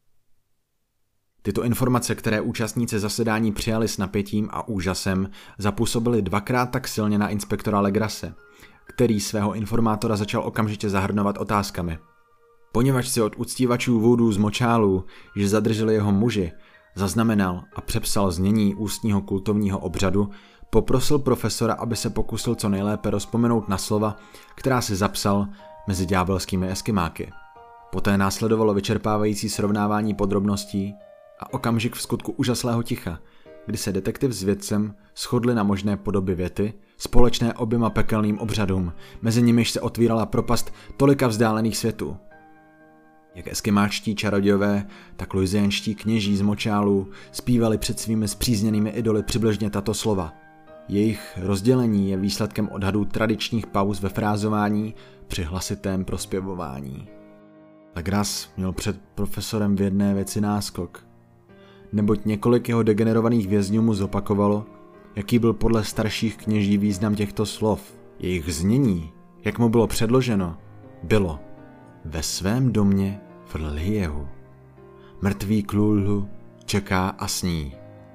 Tyto informace, které účastníci zasedání přijali s napětím a úžasem, zapůsobily dvakrát tak silně na inspektora Legrase, který svého informátora začal okamžitě zahrnovat otázkami. Poněvadž si od uctívačů vůdů z močálů, že zadrželi jeho muži, zaznamenal a přepsal znění ústního kultovního obřadu, poprosil profesora, aby se pokusil co nejlépe rozpomenout na slova, která si zapsal mezi ďábelskými eskimáky. Poté následovalo vyčerpávající srovnávání podrobností a okamžik v skutku úžaslého ticha, kdy se detektiv s vědcem shodli na možné podobě věty, společné oběma pekelným obřadům, mezi nimiž se otvírala propast tolika vzdálených světů. Jak eskimáčtí čarodějové, tak luizianští kněží z močálů zpívali před svými spřízněnými idoly přibližně tato slova. Jejich rozdělení je výsledkem odhadů tradičních pauz ve frázování při hlasitém prospěvování. Legras měl před profesorem v jedné věci náskok, neboť několik jeho degenerovaných vězňů mu zopakovalo, jaký byl podle starších kněží význam těchto slov. Jejich znění, jak mu bylo předloženo, bylo: ve svém domě v Lhiehu. Mrtvý Klulhu čeká a sní.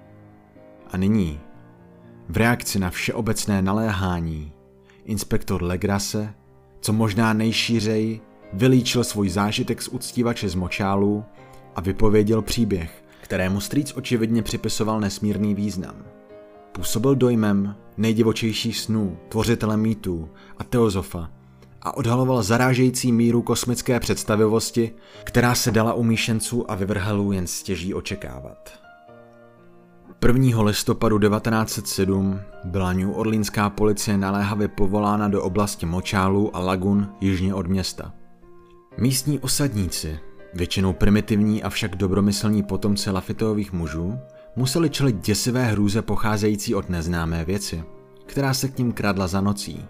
A nyní, v reakci na všeobecné naléhání, inspektor Legrase, co možná nejšířeji, vylíčil svůj zážitek z uctívače z močálů a vypověděl příběh, kterému strýc očividně připisoval nesmírný význam. Působil dojmem nejdivočejších snů, tvořitele mýtů a teozofa a odhaloval zarážející míru kosmické představivosti, která se dala u míšenců a vyvrhelů jen stěží očekávat. prvního listopadu devatenáct set sedm byla New Orleanská policie naléhavě povolána do oblasti močálů a lagun jižně od města. Místní osadníci, většinou primitivní avšak dobromyslní potomci Lafitteových mužů, museli čelit děsivé hrůze pocházející od neznámé věci, která se k nim kradla za nocí.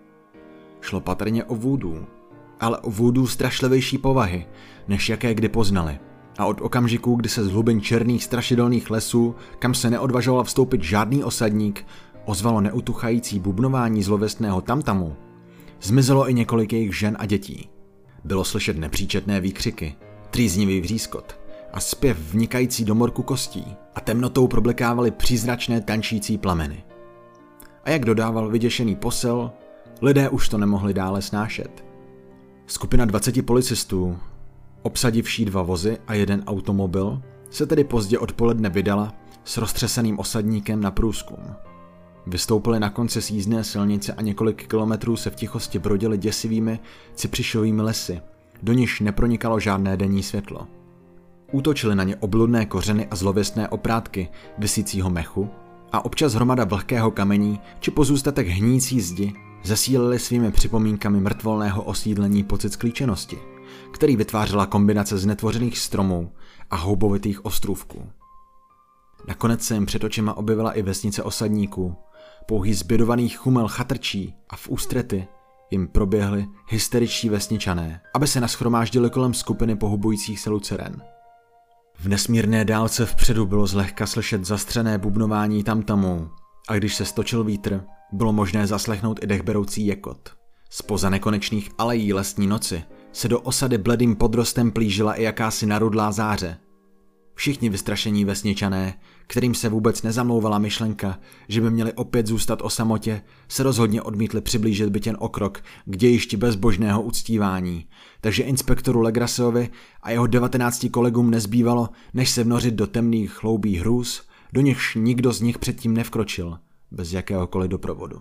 Šlo patrně o vůdů, ale o vůdů strašlivější povahy, než jaké kdy poznali. A od okamžiku, kdy se z hlubin černých strašidelných lesů, kam se neodvažoval vstoupit žádný osadník, ozvalo neutuchající bubnování zlověstného tamtamu, zmizelo i několik jejich žen a dětí. Bylo slyšet nepříčetné výkřiky, trýznivý vřískot a zpěv vnikající do morku kostí a temnotou problekávaly přízračné tančící plameny. A jak dodával vyděšený posel, lidé už to nemohli dále snášet. Skupina dvaceti policistů, obsadivší dva vozy a jeden automobil, se tedy pozdě odpoledne vydala s roztřeseným osadníkem na průzkum. Vystoupili na konci sjízdné silnice a několik kilometrů se v tichosti brodili děsivými cyprišovými lesy, do nichž nepronikalo žádné denní světlo. Útočili na ně obludné kořeny a zlověstné oprátky visícího mechu a občas hromada vlhkého kamení či pozůstatek hnící zdi zesílili svými připomínkami mrtvolného osídlení pocit sklíčenosti, který vytvářela kombinace znetvořených stromů a houbovitých ostrůvků. Nakonec se jim před očima objevila i vesnice osadníků, pouhý zbědovaný chumel chatrčí a v ústrety jim proběhli hysteričtí vesničané, aby se nashromáždili kolem skupiny pohubujících se luceren. V nesmírné dálce vpředu bylo zlehka slyšet zastřené bubnování tamtamů a když se stočil vítr, bylo možné zaslechnout i dechberoucí jekot. Zpoza nekonečných alejí lesní noci se do osady bledým podrostem plížila i jakási narudlá záře. Všichni vystrašení vesničané, kterým se vůbec nezamlouvala myšlenka, že by měli opět zůstat o samotě, se rozhodně odmítli přiblížit byt jen o krok k dějišti bezbožného uctívání, takže inspektoru Legraseovi a jeho devatenácti kolegům nezbývalo, než se vnořit do temných chloubí hrůz, do nichž nikdo z nich předtím nevkročil, bez jakéhokoliv doprovodu.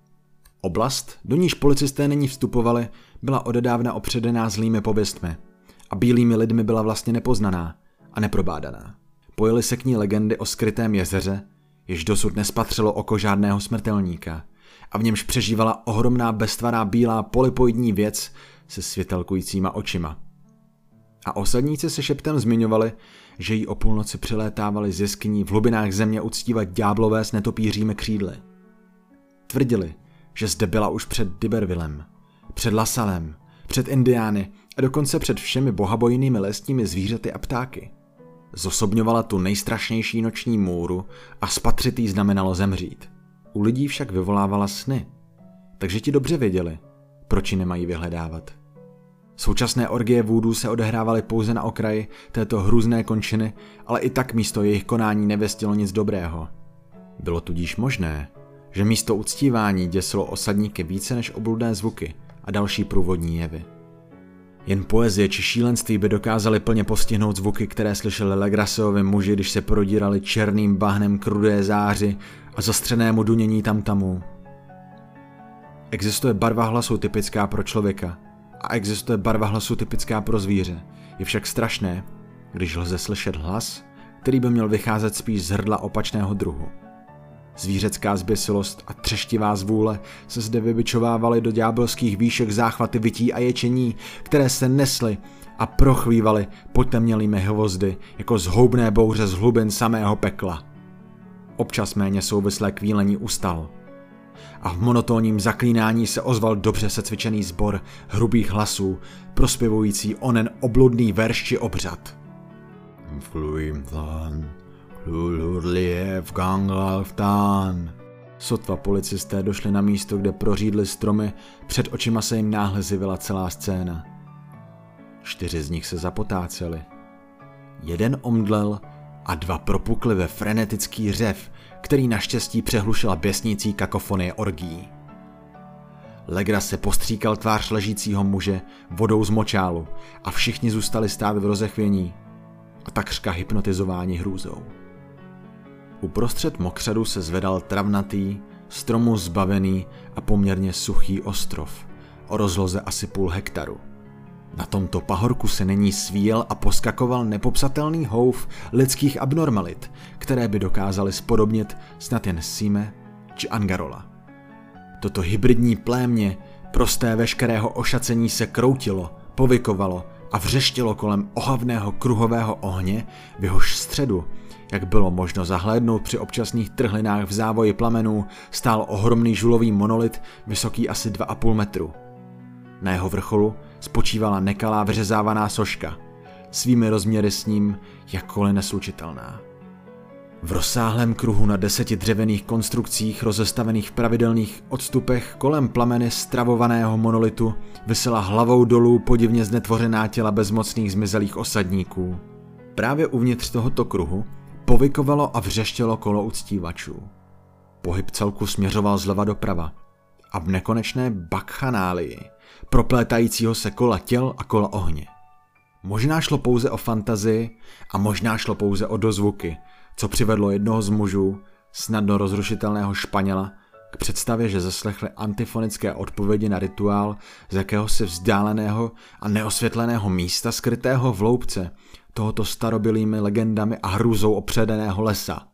Oblast, do níž policisté nyní vstupovali, byla odedávna opředená zlými pověstmi a bílými lidmi byla vlastně nepoznaná a neprobádaná. Pojily se k ní legendy o skrytém jezeře, jež dosud nespatřilo oko žádného smrtelníka a v němž přežívala ohromná beztvará bílá polypoidní věc se světelkujícíma očima. A osadníci se šeptem zmiňovali, že jí o půlnoci přilétávali z jeskyní v hlubinách země uctívat ďáblové s netopířími křídly. Tvrdili, že zde byla už před D'Ibervillem, před Lasalem, před Indiány a dokonce před všemi bohabojnými lesními zvířaty a ptáky. Zosobňovala tu nejstrašnější noční můru a spatřit jí znamenalo zemřít. U lidí však vyvolávala sny, takže ti dobře věděli, proč ji nemají vyhledávat. Současné orgie vůdů se odehrávaly pouze na okraji této hrůzné končiny, ale i tak místo jejich konání nevěstilo nic dobrého. Bylo tudíž možné, že místo uctívání děsilo osadníky více než obludné zvuky a další průvodní jevy. Jen poezie či šílenství by dokázaly plně postihnout zvuky, které slyšeli Legrassovi muži, když se prodírali černým bahnem k rudé záři a zastřenému dunění tamtamů. Existuje barva hlasu typická pro člověka a existuje barva hlasu typická pro zvíře. Je však strašné, když lze slyšet hlas, který by měl vycházet spíš z hrdla opačného druhu. Zvířecká zběsilost a třeštivá zvůle se zde vybičovávaly do ďábelských výšek záchvaty vytí a ječení, které se nesly a prochvívaly potemnělými hvozdy jako zhoubné bouře z hlubin samého pekla. Občas méně souvislé kvílení ustal a v monotónním zaklínání se ozval dobře secvičený sbor hrubých hlasů, prospěvující onen obludný verš či obřad. Sotva policisté došli na místo, kde prořídli stromy, před očima se jim náhle zjevila celá scéna. Čtyři z nich se zapotáceli. Jeden omdlel a dva propukli ve frenetický řev, který naštěstí přehlušila běsnící kakofonie orgií. Legras se postříkal tvář ležícího muže vodou z močálu a všichni zůstali stát v rozechvění a takřka hypnotizováni hrůzou. Uprostřed mokřadu se zvedal travnatý, stromu zbavený a poměrně suchý ostrov o rozloze asi půl hektaru. Na tomto pahorku se nyní svíjel a poskakoval nepopsatelný houf lidských abnormalit, které by dokázaly spodobnit snad jen Sime či Angarola. Toto hybridní plémě, prosté veškerého ošacení, se kroutilo, povykovalo a vřeštilo kolem ohavného kruhového ohně, v jehož středu, jak bylo možno zahlédnout při občasných trhlinách v závoji plamenů, stál ohromný žulový monolit vysoký asi dva a půl metru. Na jeho vrcholu spočívala nekalá vyřezávaná soška, svými rozměry s ním jakkoliv neslučitelná. V rozsáhlém kruhu na deseti dřevěných konstrukcích rozestavených v pravidelných odstupech kolem plameny stravovaného monolitu visela hlavou dolů podivně znetvořená těla bezmocných zmizelých osadníků. Právě uvnitř tohoto kruhu povykovalo a vřeštělo kolo uctívačů. Pohyb celku směřoval zleva doprava a v nekonečné bakchanálii proplétajícího se kola těl a kola ohně. Možná šlo pouze o fantazii a možná šlo pouze o dozvuky, co přivedlo jednoho z mužů, snadno rozrušitelného Španěla, k představě, že zaslechli antifonické odpovědi na rituál z jakéhosi vzdáleného a neosvětleného místa skrytého v loupce tohoto starobylými legendami a hrůzou opředeného lesa.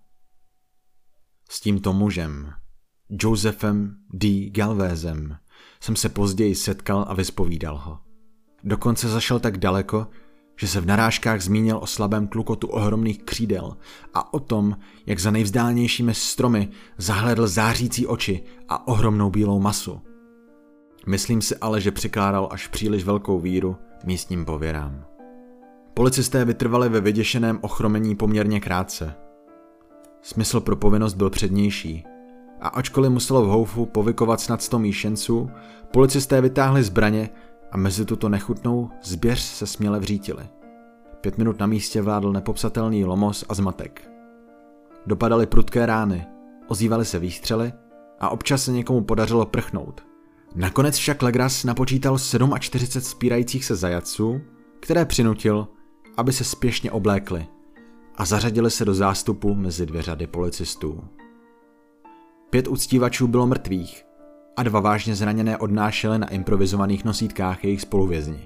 S tímto mužem, Josephem D. Galvézem, jsem se později setkal a vyspovídal ho. Dokonce zašel tak daleko, že se v narážkách zmínil o slabém tlukotu ohromných křídel a o tom, jak za nejvzdálnějšími stromy zahlédl zářící oči a ohromnou bílou masu. Myslím si ale, že přikládal až příliš velkou víru místním pověrám. Policisté vytrvali ve vyděšeném ochromení poměrně krátce. Smysl pro povinnost byl přednější a ačkoliv muselo v houfu povykovat snad sto míšenců, policisté vytáhli zbraně a mezi tuto nechutnou zběř se směle vřítili. Pět minut na místě vládl nepopsatelný lomos a zmatek. Dopadaly prudké rány, ozývaly se výstřely a občas se někomu podařilo prchnout. Nakonec však Legras napočítal čtyřicet sedm spírajících se zajatců, které přinutil, aby se spěšně oblékli a zařadili se do zástupu mezi dvě řady policistů. Pět uctívačů bylo mrtvých a dva vážně zraněné odnášeli na improvizovaných nosítkách jejich spoluvězni.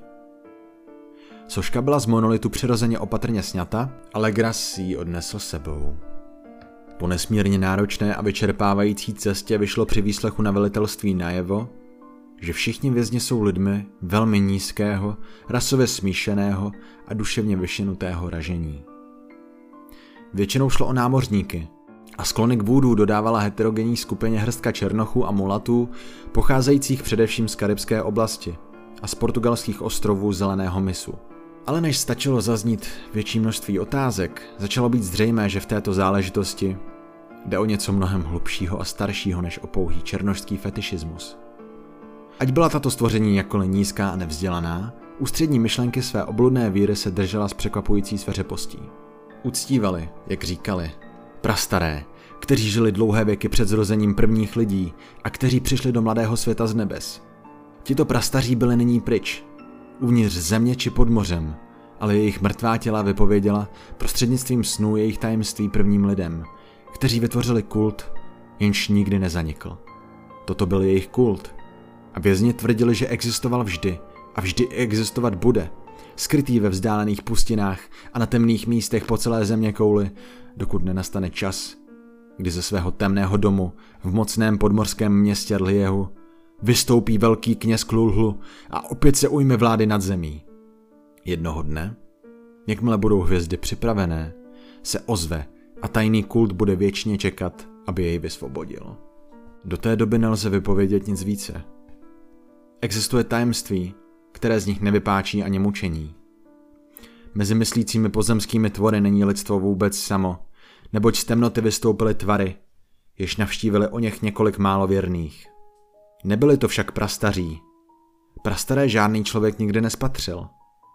Soška byla z monolitu přirozeně opatrně sňata a Legras si ji odnesl sebou. Po nesmírně náročné a vyčerpávající cestě vyšlo při výslechu na velitelství najevo, že všichni vězni jsou lidmi velmi nízkého, rasově smíšeného a duševně vyšinutého ražení. Většinou šlo o námořníky a sklony k vůdu dodávala heterogenní skupině hrstka černochů a mulatů, pocházejících především z karibské oblasti a z portugalských ostrovů Zeleného mysu. Ale než stačilo zaznít větší množství otázek, začalo být zřejmé, že v této záležitosti jde o něco mnohem hlubšího a staršího než o pouhý černošský fetišismus. Ať byla tato stvoření jakkoliv nízká a nevzdělaná, ústřední myšlenky své obludné víry se držela s překvapující sveřepostí. Uctívali, jak říkali, Prastaré, kteří žili dlouhé věky před zrozením prvních lidí a kteří přišli do mladého světa z nebes. Tito prastaří byli nyní pryč, uvnitř země či pod mořem, ale jejich mrtvá těla vypověděla prostřednictvím snů jejich tajemství prvním lidem, kteří vytvořili kult, jenž nikdy nezanikl. Toto byl jejich kult a vězni tvrdili, že existoval vždy a vždy existovat bude, skrytý ve vzdálených pustinách a na temných místech po celé země kouli, dokud nenastane čas, kdy ze svého temného domu v mocném podmorském městě Rliehu vystoupí velký kněz Klulhlu a opět se ujme vlády nad zemí. Jednoho dne, jakmile budou hvězdy připravené, se ozve a tajný kult bude věčně čekat, aby jej vysvobodil. Do té doby nelze vypovědět nic více. Existuje tajemství, které z nich nevypáčí ani mučení. Mezi myslícími pozemskými tvory není lidstvo vůbec samo, neboť z temnoty vystoupily tvary, jež navštívili o něch několik málo věrných. Nebyli to však prastaří. Prastaré žádný člověk nikdy nespatřil.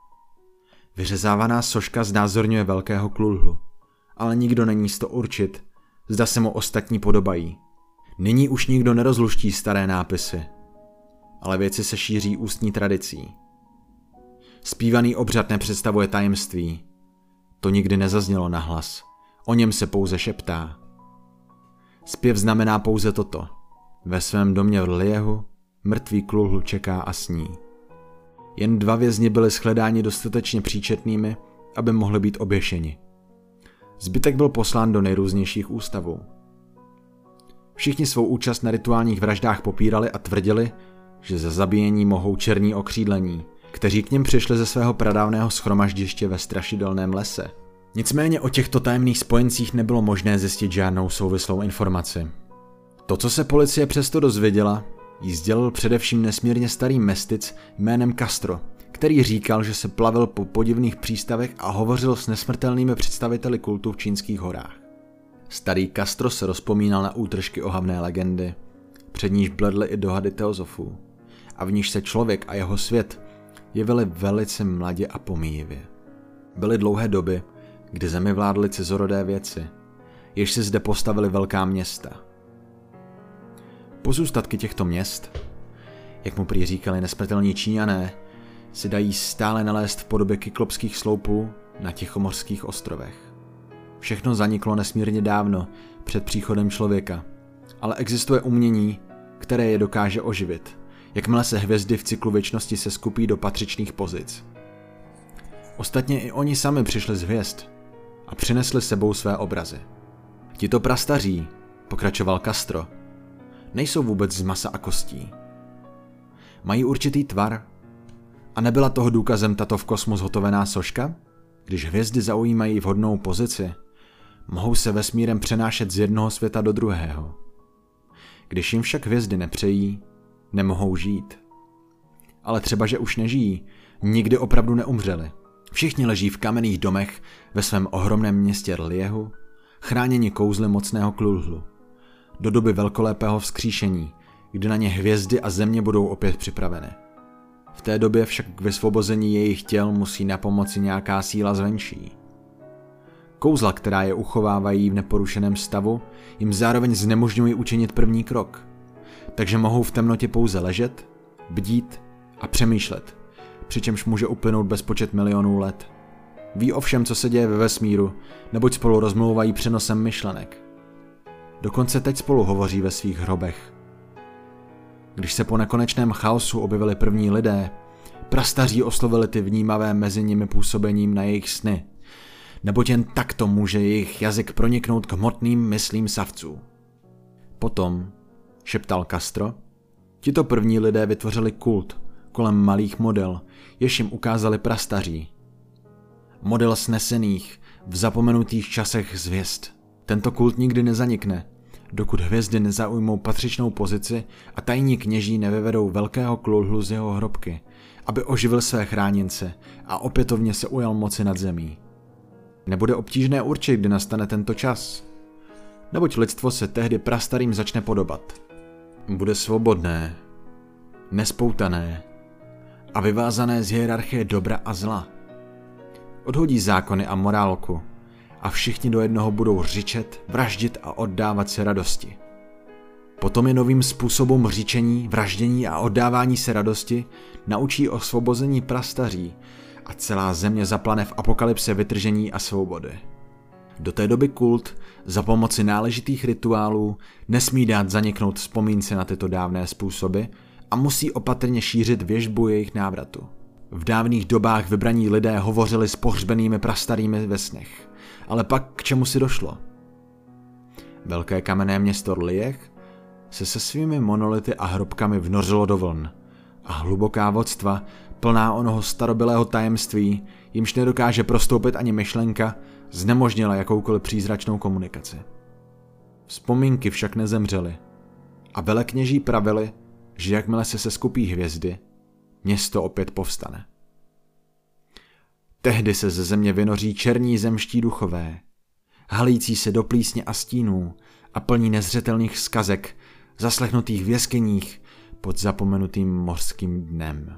Vyřezávaná soška znázorňuje velkého Klulhlu, ale nikdo není jisto určit, zda se mu ostatní podobají. Nyní už nikdo nerozluští staré nápisy, ale věci se šíří ústní tradicí. Zpívaný obřad nepředstavuje tajemství. To nikdy nezaznělo nahlas, o něm se pouze šeptá. Zpěv znamená pouze toto. Ve svém domě v Rliehu mrtvý Klulhlu čeká a sní. Jen dva vězni byli shledáni dostatečně příčetnými, aby mohli být oběšeni. Zbytek byl poslán do nejrůznějších ústavů. Všichni svou účast na rituálních vraždách popírali a tvrdili, že za zabíjení mohou černí okřídlení, kteří k nim přišli ze svého pradávného shromaždiště ve strašidelném lese. Nicméně o těchto tajemných spojencích nebylo možné zjistit žádnou souvislou informaci. To, co se policie přesto dozvěděla, jí sdělil především nesmírně starý mestic jménem Castro, který říkal, že se plavil po podivných přístavech a hovořil s nesmrtelnými představiteli kultu v čínských horách. Starý Castro se rozpomínal na útržky ohavné legendy, před níž bledly i dohady teozofů, a v níž se člověk a jeho svět jevili velice mladě a pomíjivě. Byly dlouhé doby, kdy zemi vládly cizorodé věci, jež si zde postavili velká města. Pozůstatky těchto měst, jak mu prý říkali nesmrtelní Číňané, si dají stále nalézt v podobě kyklopských sloupů na Tichomořských ostrovech. Všechno zaniklo nesmírně dávno před příchodem člověka, ale existuje umění, které je dokáže oživit, jakmile se hvězdy v cyklu věčnosti se skupí do patřičných pozic. Ostatně i oni sami přišli z hvězd a přinesli sebou své obrazy. Tito prastaří, pokračoval Castro, nejsou vůbec z masa a kostí. Mají určitý tvar. A nebyla toho důkazem tato v kosmu zhotovená soška? Když hvězdy zaujímají vhodnou pozici, mohou se vesmírem přenášet z jednoho světa do druhého. Když jim však hvězdy nepřejí, nemohou žít. Ale třeba, že už nežijí, nikdy opravdu neumřeli. Všichni leží v kamenných domech ve svém ohromném městě Rliehu, chráněni kouzly mocného Klulhlu. Do doby velkolepého vzkříšení, kdy na ně hvězdy a země budou opět připraveny. V té době však k vysvobození jejich těl musí napomoci nějaká síla zvenčí. Kouzla, která je uchovávají v neporušeném stavu, jim zároveň znemožňují učinit první krok. Takže mohou v temnotě pouze ležet, bdít a přemýšlet, přičemž může uplynout bezpočet milionů let. Ví o všem, co se děje ve vesmíru, neboť spolu rozmlouvají přenosem myšlenek. Dokonce teď spolu hovoří ve svých hrobech. Když se po nekonečném chaosu objevili první lidé, prastaří oslovili ty vnímavé mezi nimi působením na jejich sny, neboť jen takto může jejich jazyk proniknout k hmotným myslím savců. Potom, šeptal Castro, tito první lidé vytvořili kult kolem malých model, jež jim ukázali prastaří. Model snesených v zapomenutých časech z hvězd. Tento kult nikdy nezanikne, dokud hvězdy nezaujmou patřičnou pozici a tajní kněží nevyvedou velkého Klulhlu z jeho hrobky, aby oživil své chráněnce a opětovně se ujal moci nad zemí. Nebude obtížné určit, kdy nastane tento čas, neboť lidstvo se tehdy prastarým začne podobat. Bude svobodné, nespoutané a vyvázané z hierarchie dobra a zla. Odhodí zákony a morálku a všichni do jednoho budou řičet, vraždit a oddávat se radosti. Potom je novým způsobům řičení, vraždění a oddávání se radosti naučí osvobození prastaří a celá země zaplane v apokalypse vytržení a svobody. Do té doby kult za pomoci náležitých rituálů nesmí dát zaniknout vzpomínce na tyto dávné způsoby a musí opatrně šířit věštbu jejich návratu. V dávných dobách vybraní lidé hovořili s pohřbenými prastarými ve snech, ale pak k čemu si došlo? Velké kamenné město Liech se se svými monolity a hrobkami vnořilo do vln a hluboká vodstva, plná onoho starobylého tajemství, jimž nedokáže prostoupit ani myšlenka, znemožnila jakoukoliv přízračnou komunikaci. Vzpomínky však nezemřely a velekněží pravili, že jakmile se seskupí hvězdy, město opět povstane. Tehdy se ze země vynoří černí zemští duchové, halící se do plísně a stínů a plní nezřetelných vzkazek, zaslechnutých v jeskyních pod zapomenutým mořským dnem.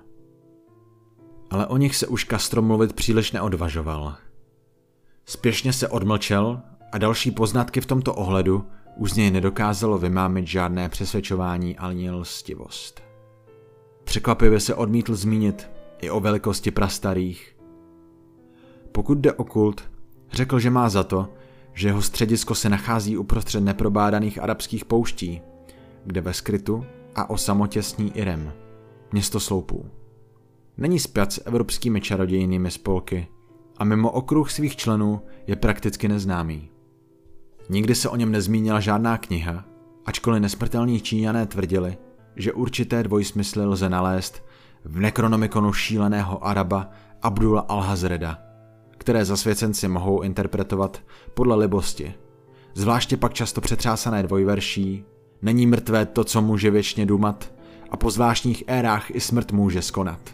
Ale o nich se už Castro mluvit příliš neodvažoval. Spěšně se odmlčel a další poznatky v tomto ohledu už z něj nedokázalo vymámit žádné přesvědčování ani lstivost. Překvapivě se odmítl zmínit i o velikosti prastarých. Pokud jde o kult, řekl, že má za to, že jeho středisko se nachází uprostřed neprobádaných arabských pouští, kde ve skrytu a o samotě sní Irem, město sloupů. Není spjat s evropskými čarodějnými spolky a mimo okruh svých členů je prakticky neznámý. Nikdy se o něm nezmínila žádná kniha, ačkoliv nesmrtelní Číňané tvrdili, že určité dvojsmysly lze nalézt v Necronomiconu šíleného Araba Abdula al-Hazreda, které zasvěcenci mohou interpretovat podle libosti. Zvláště pak často přetřásané dvojverší, není mrtvé to, co může věčně důmat, a po zvláštních érách i smrt může skonat.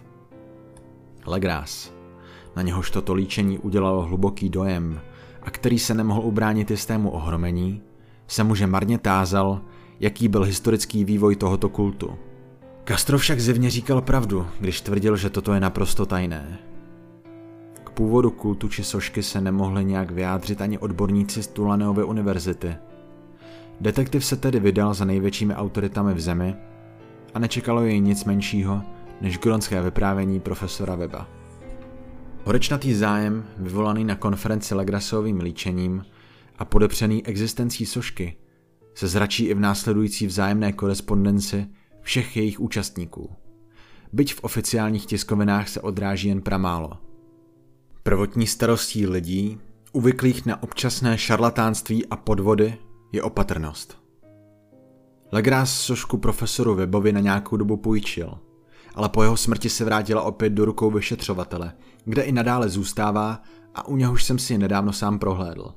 Legrás, na něhož toto líčení udělalo hluboký dojem a který se nemohl ubránit jistému ohromení, se muže marně tázal, jaký byl historický vývoj tohoto kultu. Castro však zjevně říkal pravdu, když tvrdil, že toto je naprosto tajné. K původu kultu či sošky se nemohli nějak vyjádřit ani odborníci z Tulaneovy univerzity. Detektiv se tedy vydal za největšími autoritami v zemi a nečekalo jej nic menšího než gronské vyprávění profesora Weba. Horečnatý zájem, vyvolaný na konferenci Legrasovým líčením a podepřený existencí sošky, se zračí i v následující vzájemné korespondenci všech jejich účastníků. Byť v oficiálních tiskovinách se odráží jen pramálo. Prvotní starostí lidí, uvyklých na občasné šarlatánství a podvody, je opatrnost. Legras sošku profesoru Webovi na nějakou dobu půjčil, ale po jeho smrti se vrátila opět do rukou vyšetřovatele, kde i nadále zůstává a u něhož jsem si ji nedávno sám prohlédl.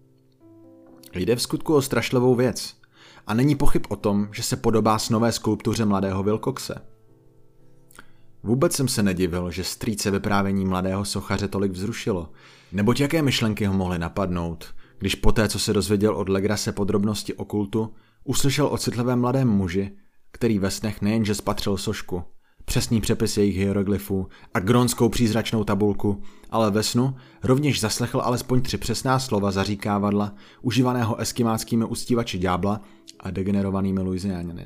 Jde v skutku o strašlivou věc a není pochyb o tom, že se podobá snové skulptuře mladého Wilcoxe. Vůbec jsem se nedivil, že strýce vyprávění mladého sochaře tolik vzrušilo, neboť jaké myšlenky ho mohly napadnout, když poté, co se dozvěděl od Legrase podrobnosti o kultu, uslyšel o citlivém mladém muži, který ve snech nejenže spatřil sošku, přesný přepis jejich hieroglyfů a gronskou přízračnou tabulku, ale ve snu rovněž zaslechl alespoň tři přesná slova zaříkávadla, užívaného eskimáckými uctívači ďábla a degenerovanými Louisiaňany.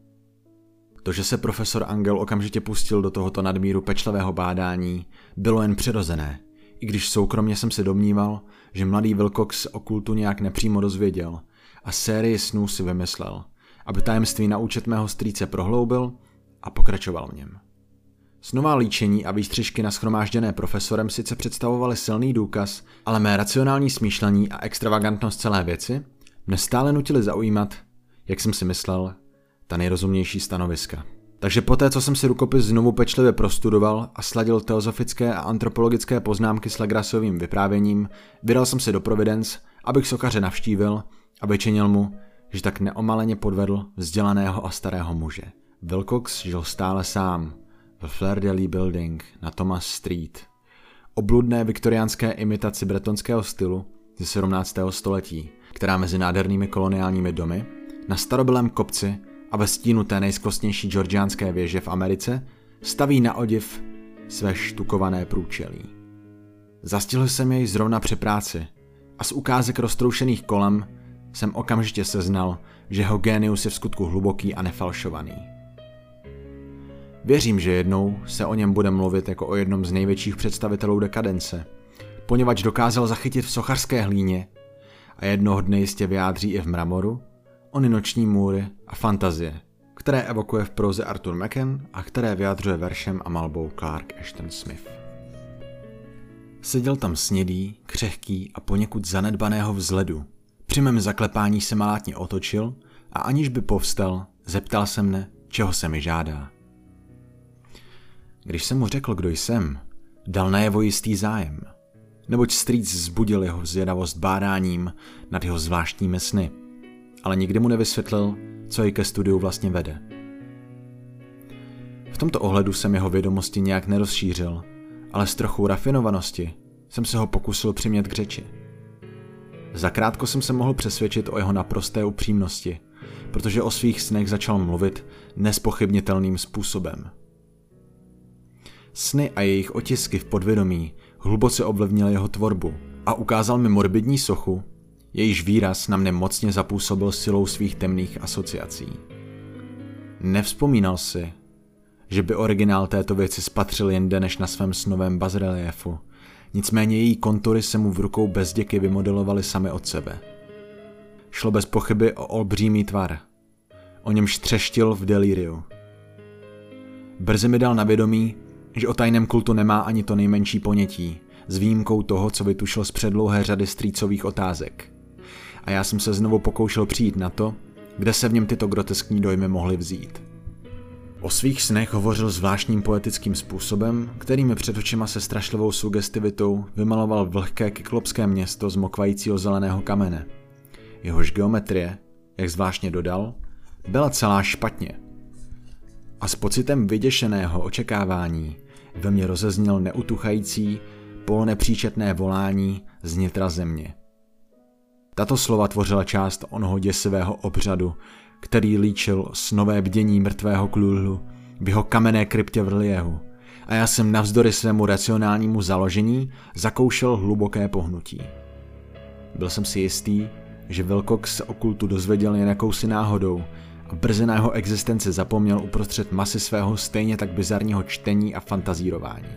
To, že se profesor Angel okamžitě pustil do tohoto nadmíru pečlivého bádání, bylo jen přirozené, i když soukromně jsem se domníval, že mladý Wilcox o kultu nějak nepřímo dozvěděl a sérii snů si vymyslel, aby tajemství na účet mého strýce prohloubil a pokračoval v něm. Snová líčení a výstřižky nashromážděné profesorem sice představovaly silný důkaz, ale mé racionální smýšlení a extravagantnost celé věci mne stále nutily zaujímat, jak jsem si myslel, ta nejrozumnější stanoviska. Takže poté, co jsem si rukopis znovu pečlivě prostudoval a sladil teozofické a antropologické poznámky s Legrasovým vyprávěním, vydal jsem se do Providence, abych sochaře navštívil a vyčinil mu, že tak neomaleně podvedl vzdělaného a starého muže. Wilcox žil stále sám ve Fleur de Lis Building na Thomas Street, obludné viktoriánské imitaci bretonského stylu ze sedmnáctého století, která mezi nádhernými koloniálními domy na starobylém kopci a ve stínu té nejskvostnější georgiánské věže v Americe staví na odiv své štukované průčelí. Zastihl jsem jej zrovna při práci a z ukázek roztroušených kolem jsem okamžitě seznal, že jeho génius je v skutku hluboký a nefalšovaný. Věřím, že jednou se o něm bude mluvit jako o jednom z největších představitelů dekadence, poněvadž dokázal zachytit v sochařské hlíně a jednoho dne jistě vyjádří i v mramoru ony noční můry a fantazie, které evokuje v próze Arthur Machen a které vyjadřuje veršem a malbou Clark Ashton Smith. Seděl tam snědý, křehký a poněkud zanedbaného vzhledu. Při mém zaklepání se malátně otočil a aniž by povstal, zeptal se mne, čeho se mi žádá. Když jsem mu řekl, kdo jsem, dal najevo jistý zájem, neboť strýc vzbudil jeho zvědavost bádáním nad jeho zvláštními sny, ale nikdy mu nevysvětlil, co jej ke studiu vlastně vede. V tomto ohledu jsem jeho vědomosti nějak nerozšířil, ale s trochou rafinovanosti jsem se ho pokusil přimět k řeči. Zakrátko jsem se mohl přesvědčit o jeho naprosté upřímnosti, protože o svých snech začal mluvit nespochybnitelným způsobem. Sny a jejich otisky v podvědomí hluboce ovlivnily jeho tvorbu a ukázal mi morbidní sochu, jejíž výraz na mne mocně zapůsobil silou svých temných asociací. Nevzpomínal si, že by originál této věci spatřil jinde než na svém snovém bazreliefu, nicméně její kontury se mu v rukou bez děky vymodelovaly samy od sebe. Šlo bez pochyby o olbřímý tvar, o němž třeštil v delíriu. Brzy mi dal na vědomí, že o tajném kultu nemá ani to nejmenší ponětí, s výjimkou toho, co vytušil z předlouhé řady strýcových otázek. A já jsem se znovu pokoušel přijít na to, kde se v něm tyto groteskní dojmy mohly vzít. O svých snech hovořil zvláštním poetickým způsobem, který mi před očima se strašlivou sugestivitou vymaloval vlhké kyklopské město z mokvajícího zeleného kamene. Jehož geometrie, jak zvláštně dodal, byla celá špatně. A s pocitem vyděšeného očekávání ve mně rozezněl neutuchající, polonepříčetné volání z nitra země. Tato slova tvořila část onoho děsivého obřadu, který líčil snové bdění mrtvého Cthulhu v jeho kamenné kryptě v reliéfu, a já jsem navzdory svému racionálnímu založení zakoušel hluboké pohnutí. Byl jsem si jistý, že Wilcox se o kultu dozvěděl jen jakousi náhodou a brzy na jeho existenci zapomněl uprostřed masy svého stejně tak bizarního čtení a fantazírování.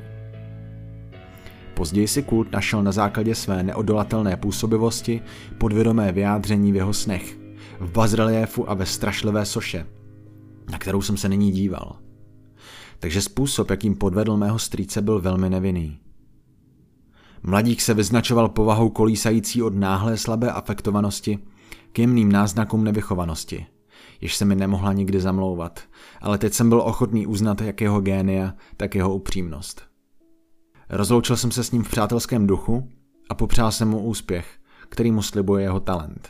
Později si kult našel na základě své neodolatelné působivosti podvědomé vyjádření v jeho snech, v bazreliéfu a ve strašlivé soše, na kterou jsem se nyní díval. Takže způsob, jakým podvedl mého strýce, byl velmi nevinný. Mladík se vyznačoval povahou kolísající od náhlé slabé afektovanosti k jemným náznakům nevychovanosti, jež se mi nemohla nikdy zamlouvat, ale teď jsem byl ochotný uznat jak jeho génia, tak jeho upřímnost. Rozloučil jsem se s ním v přátelském duchu a popřál jsem mu úspěch, který mu slibuje jeho talent.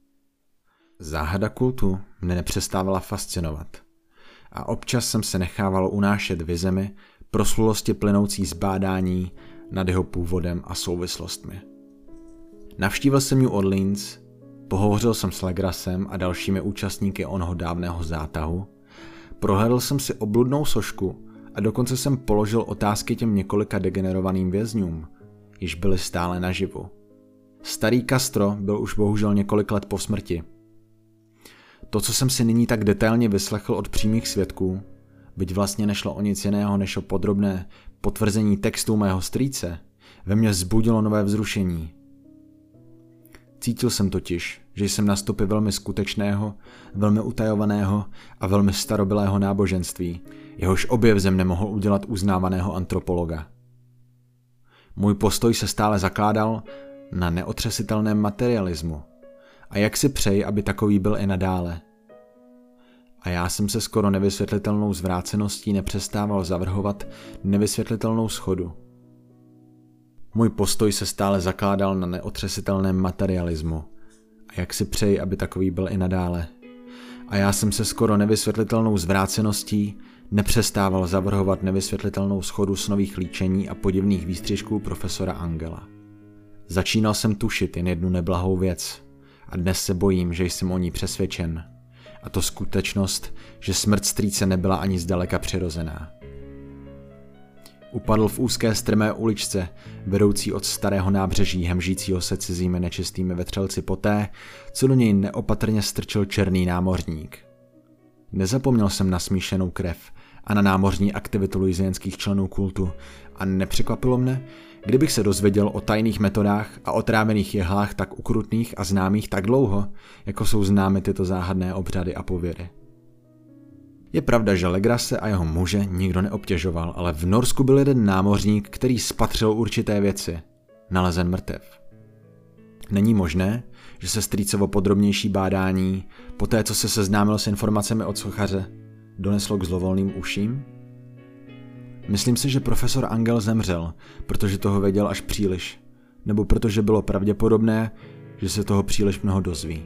Záhada kultu mne nepřestávala fascinovat a občas jsem se nechával unášet vizemi proslulosti plynoucí z bádání nad jeho původem a souvislostmi. Navštívil jsem New Orleans, pohovořil jsem s Legrasem a dalšími účastníky onoho dávného zátahu, prohlédl jsem si obludnou sošku a dokonce jsem položil otázky těm několika degenerovaným vězňům, již byli stále naživu. Starý Castro byl už bohužel několik let po smrti. To, co jsem si nyní tak detailně vyslechl od přímých svědků, byť vlastně nešlo o nic jiného než o podrobné potvrzení textů mého strýce, ve mně vzbudilo nové vzrušení. Cítil jsem totiž, že jsem na stopy velmi skutečného, velmi utajovaného a velmi starobylého náboženství, jehož objev ze mne mohl udělat uznávaného antropologa. Můj postoj se stále zakládal na neotřesitelném materialismu a jak si přeji, aby takový byl i nadále. A já jsem se skoro nevysvětlitelnou zvráceností nepřestával zavrhovat nevysvětlitelnou schodu. Můj postoj se stále zakládal na neotřesitelném materialismu a jak si přeji, aby takový byl i nadále. A já jsem se skoro nevysvětlitelnou zvráceností nepřestával zavrhovat nevysvětlitelnou schodu snových líčení a podivných výstřižků profesora Angela. Začínal jsem tušit jen jednu neblahou věc a dnes se bojím, že jsem o ní přesvědčen. A to skutečnost, že smrt strýce nebyla ani zdaleka přirozená. Upadl v úzké strmé uličce, vedoucí od starého nábřeží hemžícího se cizími nečistými vetřelci poté, co do něj neopatrně strčil černý námořník. Nezapomněl jsem na smíšenou krev a na námořní aktivitu louisianských členů kultu a nepřekvapilo mne, kdybych se dozvěděl o tajných metodách a otrávených jehlách tak ukrutných a známých tak dlouho, jako jsou známy tyto záhadné obřady a pověry. Je pravda, že Legrase a jeho muže nikdo neobtěžoval, ale v Norsku byl jeden námořník, který spatřil určité věci. Nalezen mrtev. Není možné, že se strýcovo podrobnější bádání, poté co se seznámil s informacemi od sochaře, doneslo k zlovolným uším? Myslím si, že profesor Angel zemřel, protože toho věděl až příliš, nebo protože bylo pravděpodobné, že se toho příliš mnoho dozví.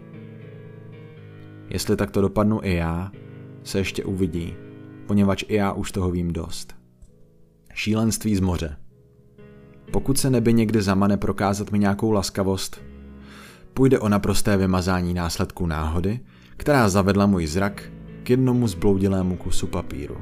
Jestli takto dopadnu i já, se ještě uvidí, poněvadž i já už toho vím dost. Šílenství z moře. Pokud se neby někdy zamane prokázat mi nějakou laskavost, půjde o naprosté vymazání následků náhody, která zavedla můj zrak k jednomu zbloudilému kusu papíru.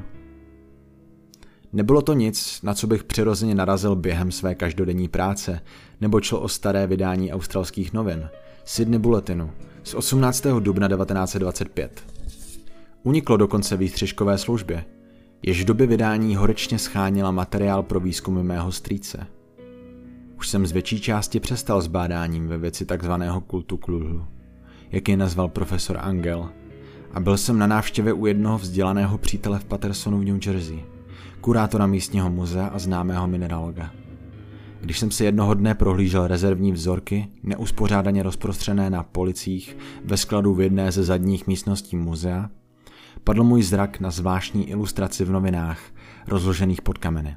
Nebylo to nic, na co bych přirozeně narazil během své každodenní práce, nebo šlo o staré vydání australských novin, Sydney Bulletinu, z osmnáctého dubna devatenáct set dvacet pět. Uniklo dokonce výstřižkové službě, jež v době vydání horečně scháněla materiál pro výzkumy mého strýce. Už jsem z větší části přestal s bádáním ve věci takzvaného kultu Cthulhu, jak je nazval profesor Angel, a byl jsem na návštěvě u jednoho vzdělaného přítele v Patersonu v New Jersey, kurátora místního muzea a známého mineraloga. Když jsem si jednoho dne prohlížel rezervní vzorky, neuspořádaně rozprostřené na policích ve skladu v jedné ze zadních místností muzea, padl můj zrak na zvláštní ilustraci v novinách, rozložených pod kameny.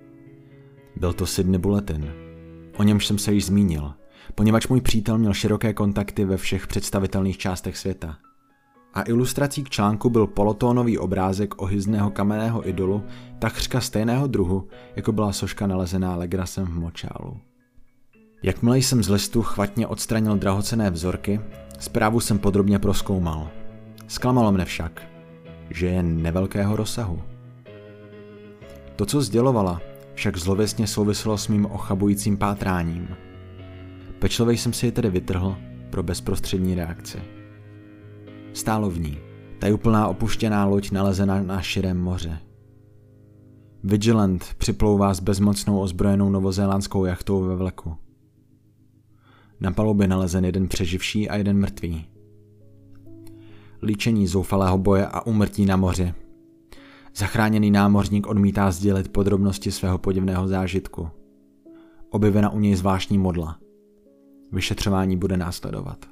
Byl to Sydney Bulletin. O němž jsem se již zmínil, poněvadž můj přítel měl široké kontakty ve všech představitelných částech světa. A ilustrací k článku byl polotónový obrázek ohyzného kamenného idolu takřka stejného druhu, jako byla soška nalezená Legrasem v močálu. Jakmile jsem z listu chvatně odstranil drahocenné vzorky, zprávu jsem podrobně prozkoumal. Zklamalo mne však, že je nevelkého rozsahu. To, co sdělovala, však zlověstně souviselo s mým ochabujícím pátráním. Pečlivě jsem si ji tedy vytrhl pro bezprostřední reakci. Stálo v ní tajuplná opuštěná loď nalezená na širém moře. Vigilant připlouvá s bezmocnou ozbrojenou novozélandskou jachtou ve vleku. Na palubě nalezen jeden přeživší a jeden mrtvý. Líčení zoufalého boje a úmrtí na moři. Zachráněný námořník odmítá sdělit podrobnosti svého podivného zážitku. Objevena u něj zvláštní modla. Vyšetřování bude následovat.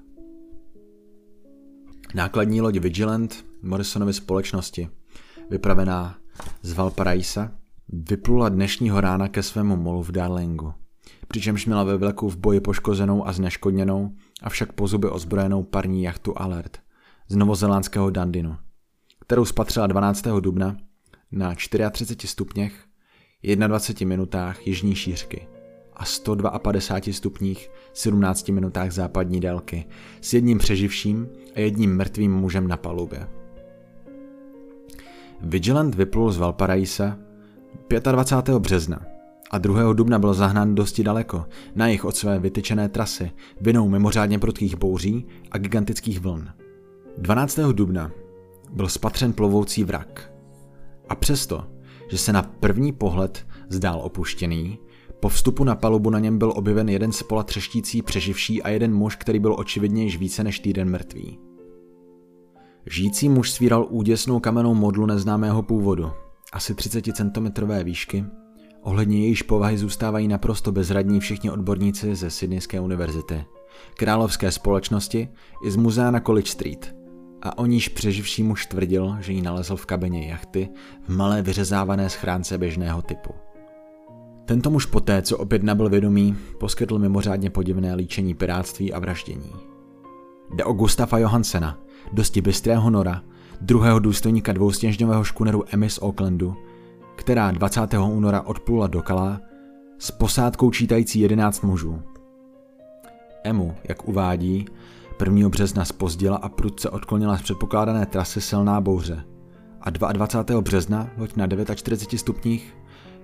Nákladní loď Vigilant Morrisonovy společnosti, vypravená z Valparaisa, vyplula dnešního rána ke svému molu v Darlingu, přičemž měla ve vleku v boji poškozenou a zneškodněnou, avšak po zuby ozbrojenou parní jachtu Alert z novozélandského Dunedinu, kterou spatřila dvanáctého dubna na třiceti čtyřech stupněch, dvaceti jedné minutách jižní šířky a sto padesát dva stupních sedmnácti minutách západní délky s jedním přeživším a jedním mrtvým mužem na palubě. Vigilant vyplul z Valparaisa dvacátého pátého března a druhého dubna byl zahnán dosti daleko, na jih od své vytyčené trasy, vinou mimořádně prudkých bouří a gigantických vln. dvanáctého dubna byl spatřen plovoucí vrak. A přesto, že se na první pohled zdál opuštěný, po vstupu na palubu na něm byl objeven jeden spola třeštící přeživší a jeden muž, který byl očividně již více než týden mrtvý. Žijící muž svíral úděsnou kamennou modlu neznámého původu, asi třicet centimetrů výšky, ohledně jejíž povahy zůstávají naprosto bezradní všichni odborníci ze Sydneyské univerzity, královské společnosti i z muzea na College Street, a o níž přeživší muž tvrdil, že ji nalezl v kabině jachty v malé vyřezávané schránce běžného typu. Tento muž poté, co opět nabyl vědomí, poskytl mimořádně podivné líčení pirátství a vraždění. Jde o Gustafa Johansena, dosti bystrého nora, druhého důstojníka dvoustěžňového škuneru Emmy z Aucklandu, která dvacátého února odplula do Kala s posádkou čítající jedenáct mužů. Emu, jak uvádí, prvního března zpozdila a prudce odklonila z předpokládané trasy silná bouře a dvacátého druhého března loď na čtyřiceti devíti stupních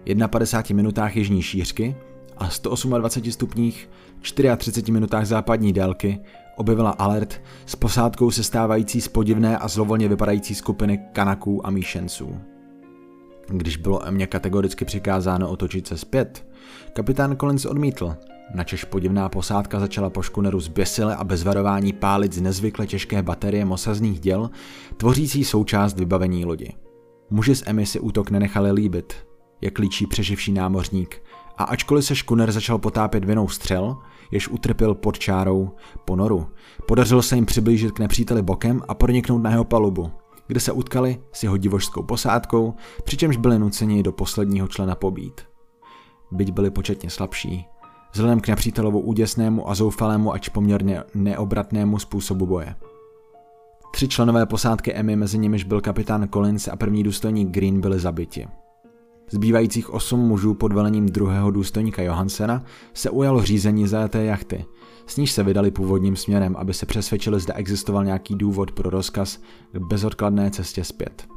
padesát jedna minutách jižní šířky a sto dvacet osm stupních třicet čtyři minutách západní délky objevila Alert s posádkou sestávající z podivné a zlovolně vypadající skupiny Kanaků a míšenců. Když bylo Emě kategoricky přikázáno otočit se zpět, kapitán Collins odmítl, načež podivná posádka začala po škuneru zběsile a bez varování pálit z nezvykle těžké baterie mosazných děl, tvořící součást vybavení lodi. Muži z Emmy si útok nenechali líbit, jak líčí přeživší námořník, a ačkoliv se škuner začal potápět vinou střel, jež utrpěl pod čárou ponoru, podařilo se jim přiblížit k nepříteli bokem a proniknout na jeho palubu, kde se utkali s jeho divožskou posádkou, přičemž byli nuceni do posledního člena pobít. Byť byli početně slabší, vzhledem k nepřítelovu úděsnému a zoufalému ač poměrně neobratnému způsobu boje. Tři členové posádky Emmy, mezi nimiž byl kapitán Collins a první důstojník Green, byli zabiti. Zbývajících osm mužů pod velením druhého důstojníka Johansena se ujalo řízení zajaté jachty, s níž se vydali původním směrem, aby se přesvědčili, zda existoval nějaký důvod pro rozkaz k bezodkladné cestě zpět.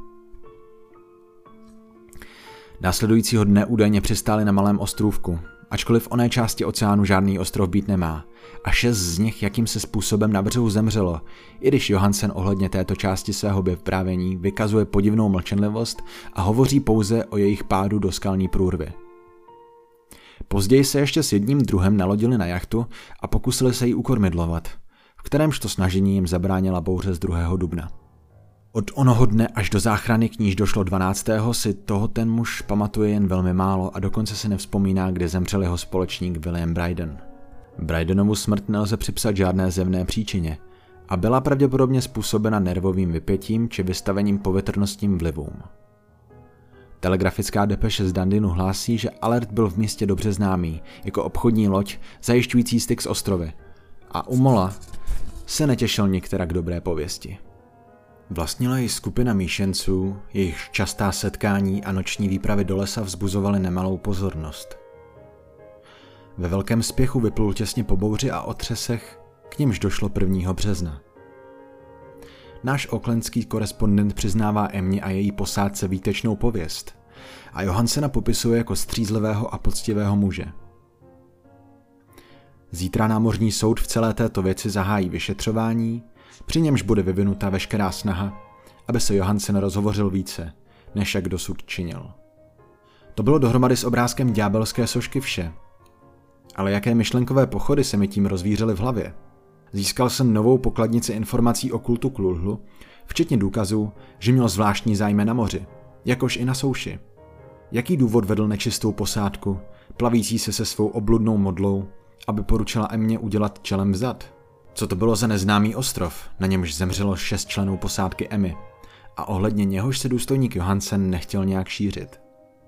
Následujícího dne údajně přistáli na malém ostrůvku, ačkoliv v oné části oceánu žádný ostrov být nemá, a šest z nich jakýmsi způsobem na břehu zemřelo, i když Johansen ohledně této části svého vyprávění vykazuje podivnou mlčenlivost a hovoří pouze o jejich pádu do skalní průrvy. Později se ještě s jedním druhem nalodili na jachtu a pokusili se jí ukormidlovat, v kterémž to snažení jim zabránila bouře z druhého dubna. Od onoho dne až do záchrany, k níž došlo dvanáctého si toho ten muž pamatuje jen velmi málo a dokonce si nevzpomíná, kdy zemřel jeho společník William Bryden. Brydenovu smrt nelze připsat žádné zjevné příčině a byla pravděpodobně způsobena nervovým vypětím či vystavením povětrnostním vlivům. Telegrafická depeše z Dunedinu hlásí, že Alert byl v místě dobře známý jako obchodní loď zajišťující styk s ostrovy a u mola se netěšil některak dobré pověsti. Vlastnila ji skupina míšenců, jejichž častá setkání a noční výpravy do lesa vzbuzovaly nemalou pozornost. Ve velkém spěchu vyplul těsně po bouři a otřesech, k nimž došlo prvního března. Náš oaklandský korespondent přiznává Emmě a její posádce výtečnou pověst a Johansena popisuje jako střízlivého a poctivého muže. Zítra námořní soud v celé této věci zahájí vyšetřování, při němž bude vyvinuta veškerá snaha, aby se Johansen rozhovořil více, než jak dosud činil. To bylo dohromady s obrázkem ďábelské sošky vše, ale jaké myšlenkové pochody se mi tím rozvířily v hlavě. Získal jsem novou pokladnici informací o kultu Cthulhu, včetně důkazů, že měl zvláštní zájmy na moři, jakož i na souši. Jaký důvod vedl nečistou posádku, plavící se se svou obludnou modlou, aby poručila Emmě udělat čelem vzad? Co to bylo za neznámý ostrov, na němž zemřelo šest členů posádky Emmy a ohledně něhož se důstojník Johansen nechtěl nějak šířit?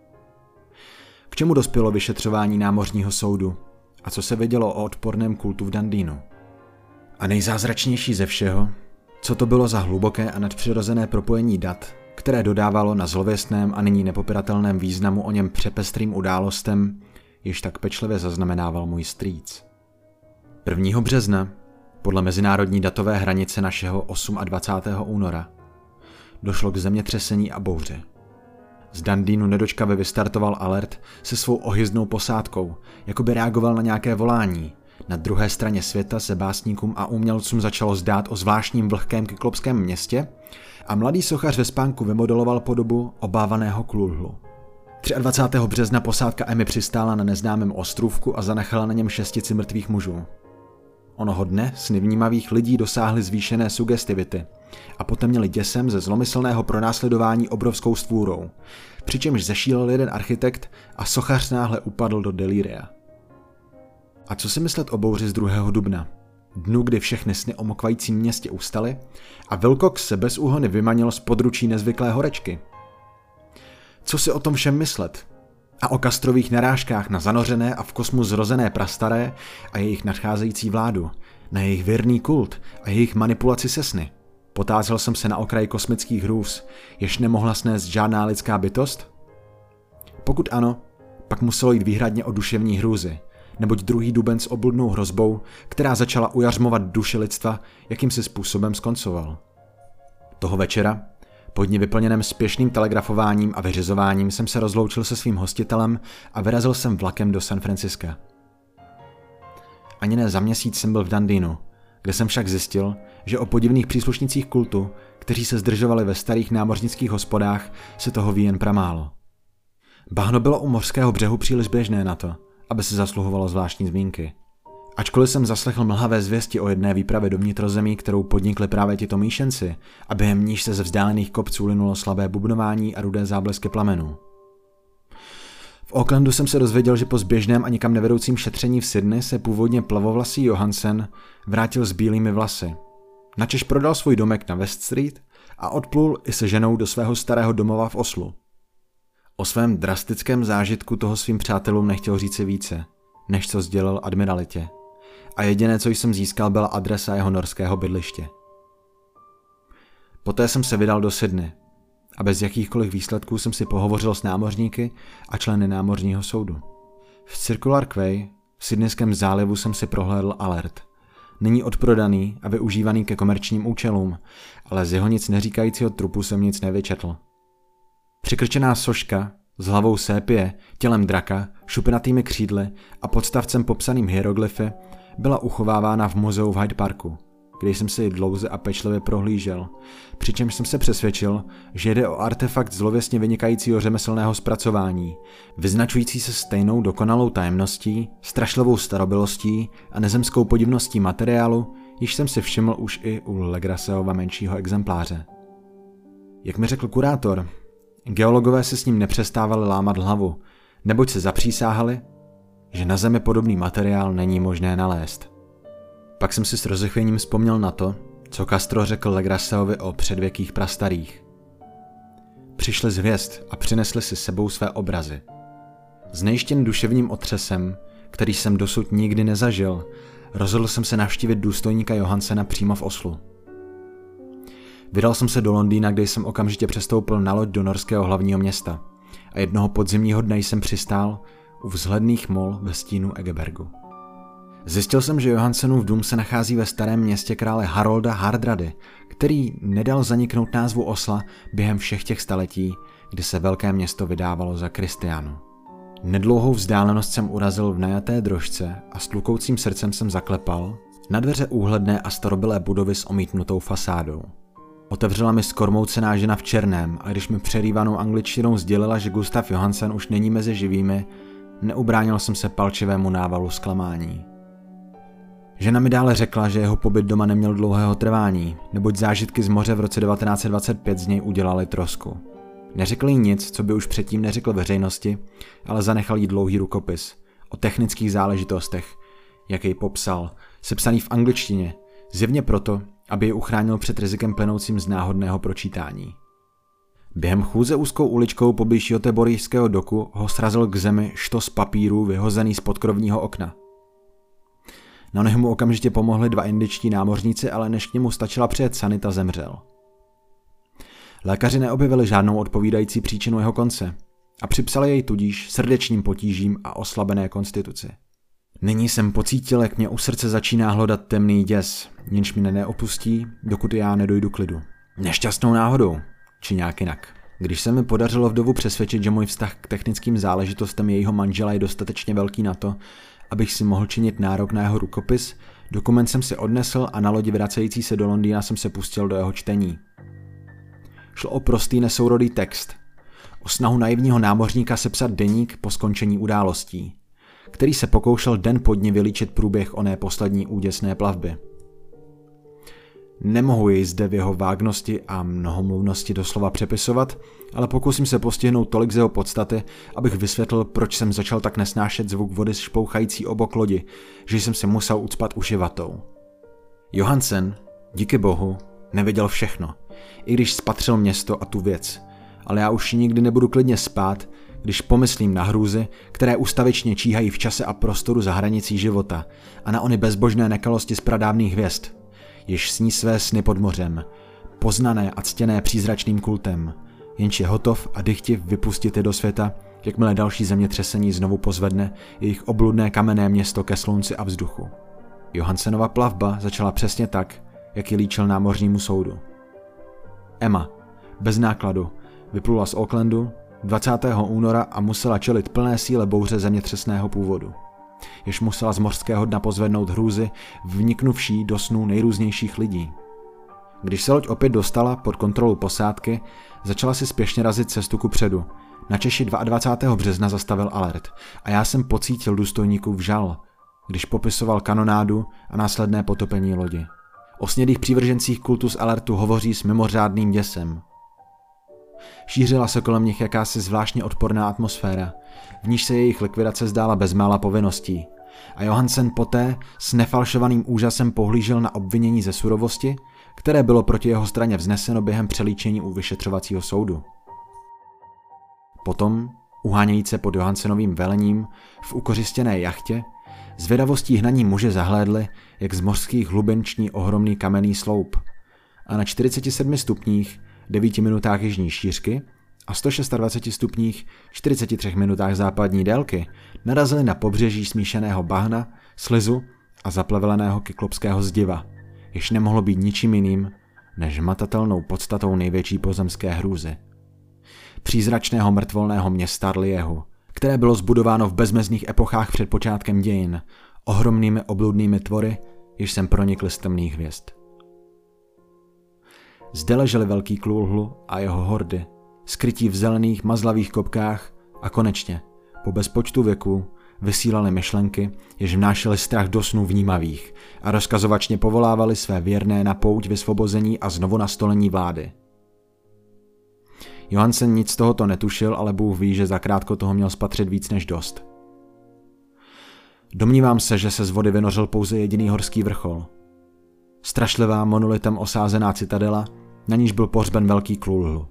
K čemu dospělo vyšetřování námořního soudu a co se vědělo o odporném kultu v Dunedinu? A nejzázračnější ze všeho, co to bylo za hluboké a nadpřirozené propojení dat, které dodávalo na zlověstném a nyní nepopiratelném významu o něm přepestrým událostem, jež tak pečlivě zaznamenával můj strýc. prvního března, podle mezinárodní datové hranice našeho dvacátého osmého února, došlo k zemětřesení a bouři. Z Dunedinu nedočkavě vystartoval Alert se svou ohyzdnou posádkou, jako by reagoval na nějaké volání. Na druhé straně světa se básníkům a umělcům začalo zdát o zvláštním vlhkém kyklopském městě a mladý sochař ve spánku vymodeloval podobu obávaného Cthulhu. dvacátého třetího března posádka Emmy přistála na neznámém ostrůvku a zanechala na něm šestici mrtvých mužů. Onoho dne sny vnímavých lidí dosáhly zvýšené sugestivity a potom měli děsem ze zlomyslného pronásledování obrovskou stvůrou, přičemž zešílel jeden architekt a sochař náhle upadl do delíria. A co si myslet o bouři z druhého dubna? Dnu, kdy všechny sny o mokvajícím městě ustaly a Wilcox se bez úhony vymanil z područí nezvyklé horečky. Co si o tom všem myslet? A o Castrových narážkách na zanořené a v kosmu zrozené prastaré a jejich nadcházející vládu, na jejich věrný kult a jejich manipulaci se sny. Potázel jsem se na okraj kosmických hrůz, jež nemohla snést žádná lidská bytost? Pokud ano, pak muselo jít výhradně o duševní hrůzy, neboť druhý duben s obludnou hrozbou, která začala ujařmovat duši lidstva, jakýmsi způsobem skoncoval. Toho večera, Po dni vyplněném spěšným telegrafováním a vyřizováním jsem se rozloučil se svým hostitelem a vyrazil jsem vlakem do San Franciska. Ani ne za měsíc jsem byl v Dundeenu, kde jsem však zjistil, že o podivných příslušnících kultu, kteří se zdržovali ve starých námořnických hospodách, se toho ví jen pramálo. Bahno bylo u mořského břehu příliš běžné na to, aby se zasluhovalo zvláštní zmínky. Ačkoliv jsem zaslechl mlhavé zvěsti o jedné výpravě do vnitrozemí, kterou podnikli právě tito míšenci, a během níž se ze vzdálených kopců linulo slabé bubnování a rudé záblesky plamenů. V Aucklandu jsem se dozvěděl, že po zběžném a nikam nevedoucím šetření v Sydney se původně plavovlasý Johansen vrátil s bílými vlasy. Načež prodal svůj domek na West Street a odplul i se ženou do svého starého domova v Oslu. O svém drastickém zážitku toho svým přátelům nechtěl říci více, než co sdělil admiralitě. A jediné, co jsem získal, byla adresa jeho norského bydliště. Poté jsem se vydal do Sydney a bez jakýchkoliv výsledků jsem si pohovořil s námořníky a členy námořního soudu. V Circular Quay v Sydneyském zálivu jsem si prohlédl alert. Není odprodaný a využívaný ke komerčním účelům, ale z jeho nic neříkajícího trupu jsem nic nevyčetl. Přikrčená soška s hlavou sépie, tělem draka, šupinatými křídly a podstavcem popsaným hieroglyfy byla uchovávána v muzeu v Hyde Parku, kde jsem si ji dlouze a pečlivě prohlížel, přičemž jsem se přesvědčil, že jde o artefakt zlověstně vynikajícího řemeslného zpracování, vyznačující se stejnou dokonalou tajemností, strašlivou starobylostí a nezemskou podivností materiálu, již jsem si všiml už i u Legrasseova menšího exempláře. Jak mi řekl kurátor, geologové se s ním nepřestávali lámat hlavu, neboť se zapřísáhali, že na Zemi podobný materiál není možné nalézt. Pak jsem si s rozechvěním vzpomněl na to, co Castro řekl Legrasseovi o předvěkých prastarých. Přišli z hvězd a přinesli si sebou své obrazy. Znejištěn duševním otřesem, který jsem dosud nikdy nezažil, rozhodl jsem se navštívit důstojníka Johansena přímo v Oslu. Vydal jsem se do Londýna, kde jsem okamžitě přestoupil na loď do norského hlavního města a jednoho podzimního dne jsem přistál u vzhledných mol ve stínu Egebergu. Zjistil jsem, že Johansenův dům se nachází ve starém městě krále Harolda Hardrady, který nedal zaniknout názvu Osla během všech těch staletí, kdy se velké město vydávalo za Kristiánu. Nedlouhou vzdálenost jsem urazil v najaté drožce a s tlukoucím srdcem jsem zaklepal na dveře úhledné a starobylé budovy s omítnutou fasádou. Otevřela mi skormoucená žena v černém a když mi přerývanou angličtinou sdělila, že Gustav Johansen už není mezi živými, neubránil jsem se palčivému návalu zklamání. Žena mi dále řekla, že jeho pobyt doma neměl dlouhého trvání, neboť zážitky z moře v roce devatenáct set dvacet pět z něj udělaly trosku. Neřekl jí nic, co by už předtím neřekl veřejnosti, ale zanechal jí dlouhý rukopis o technických záležitostech, jak jej popsal, sepsaný v angličtině, zjevně proto, aby ji uchránil před rizikem plynoucím z náhodného pročítání. Během chůze úzkou uličkou poblíž Göteborgského doku ho srazil k zemi štos papírů vyhozený z podkrovního okna. Na nohy mu okamžitě pomohli dva indičtí námořníci, ale než k němu stačila přijet sanita, zemřel. Lékaři neobjevili žádnou odpovídající příčinu jeho konce a připsali jej tudíž srdečním potížím a oslabené konstituci. Nyní jsem pocítil, jak mě u srdce začíná hlodat temný děs, jenž mě neopustí, dokud já nedojdu k lidu. Nešťastnou náhodou, či nějak jinak. Když se mi podařilo vdovu přesvědčit, že můj vztah k technickým záležitostem jejího manžela je dostatečně velký na to, abych si mohl činit nárok na jeho rukopis, dokument jsem si odnesl a na lodi vracející se do Londýna jsem se pustil do jeho čtení. Šlo o prostý nesourodý text, o snahu naivního námořníka sepsat deník po skončení událostí, který se pokoušel den po dni vylíčit průběh oné poslední úděsné plavby. Nemohu jej zde v jeho vágnosti a mnohomluvnosti doslova přepisovat, ale pokusím se postihnout tolik z jeho podstaty, abych vysvětlil, proč jsem začal tak nesnášet zvuk vody špouchající o bok lodi, že jsem si musel ucpat uši vatou. Johansen, díky bohu, nevěděl všechno, i když spatřil město a tu věc, ale já už nikdy nebudu klidně spát, když pomyslím na hrůzy, které ustavičně číhají v čase a prostoru za hranicí života a na ony bezbožné nekalosti z pradávných hvězd, jež sní své sny pod mořem, poznané a ctěné přízračným kultem, jenž je hotov a dychtiv vypustit je do světa, jakmile další zemětřesení znovu pozvedne jejich obludné kamenné město ke slunci a vzduchu. Johansenova plavba začala přesně tak, jak ji líčil námořnímu soudu. Emma, bez nákladu, vyplula z Aucklandu dvacátého února a musela čelit plné síle bouře zemětřesného původu, jež musela z mořského dna pozvednout hrůzy vniknuvší do snů nejrůznějších lidí. Když se loď opět dostala pod kontrolu posádky, začala si spěšně razit cestu kupředu. Na Češi dvacátého druhého března zastavil alert a já jsem pocítil důstojníkův žal, když popisoval kanonádu a následné potopení lodi. O snědých přívržencích kultus alertu hovoří s mimořádným děsem. Šířila se kolem nich jakási zvláštně odporná atmosféra, v níž se jejich likvidace zdála bezmála povinností. A Johansen poté s nefalšovaným úžasem pohlížel na obvinění ze surovosti, které bylo proti jeho straně vzneseno během přelíčení u vyšetřovacího soudu. Potom, uhánějíc se pod Johansenovým velením v ukořistěné jachtě, zvědavostí hnaní muže zahlédli, jak z mořských hlubin ční ohromný kamenný sloup a na čtyřiceti sedmi stupních devíti minutách jižní šířky a sto dvaceti šesti stupních čtyřiceti třech minutách západní délky narazili na pobřeží smíšeného bahna, slizu a zapleveleného kyklopského zdiva, jež nemohlo být ničím jiným než hmatatelnou podstatou největší pozemské hrůzy. Přízračného mrtvolného města Rliehu, které bylo zbudováno v bezmezných epochách před počátkem dějin, ohromnými obludnými tvory, jež sem pronikly z temných hvězd. Zde leželi velký Cthulhu a jeho hordy, skrytí v zelených mazlavých kopkách a konečně, po bezpočtu věků, vysílali myšlenky, jež vnášely strach do snů vnímavých a rozkazovačně povolávali své věrné na pouť vysvobození a znovu nastolení vlády. Johansen nic z tohoto netušil, ale Bůh ví, že zakrátko toho měl spatřit víc než dost. Domnívám se, že se z vody vynořil pouze jediný horský vrchol. Strašlivá monolitem osázená citadela, na níž byl pohřben velký Cthulhu.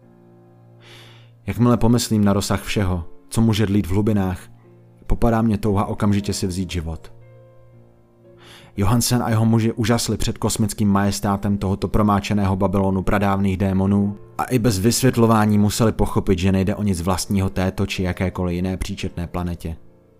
Jakmile pomyslím na rozsah všeho, co může dlít v hlubinách, popadá mě touha okamžitě si vzít život. Johansen a jeho muži užasli před kosmickým majestátem tohoto promáčeného Babylonu pradávných démonů a i bez vysvětlování museli pochopit, že nejde o nic vlastního této či jakékoliv jiné příčetné planetě.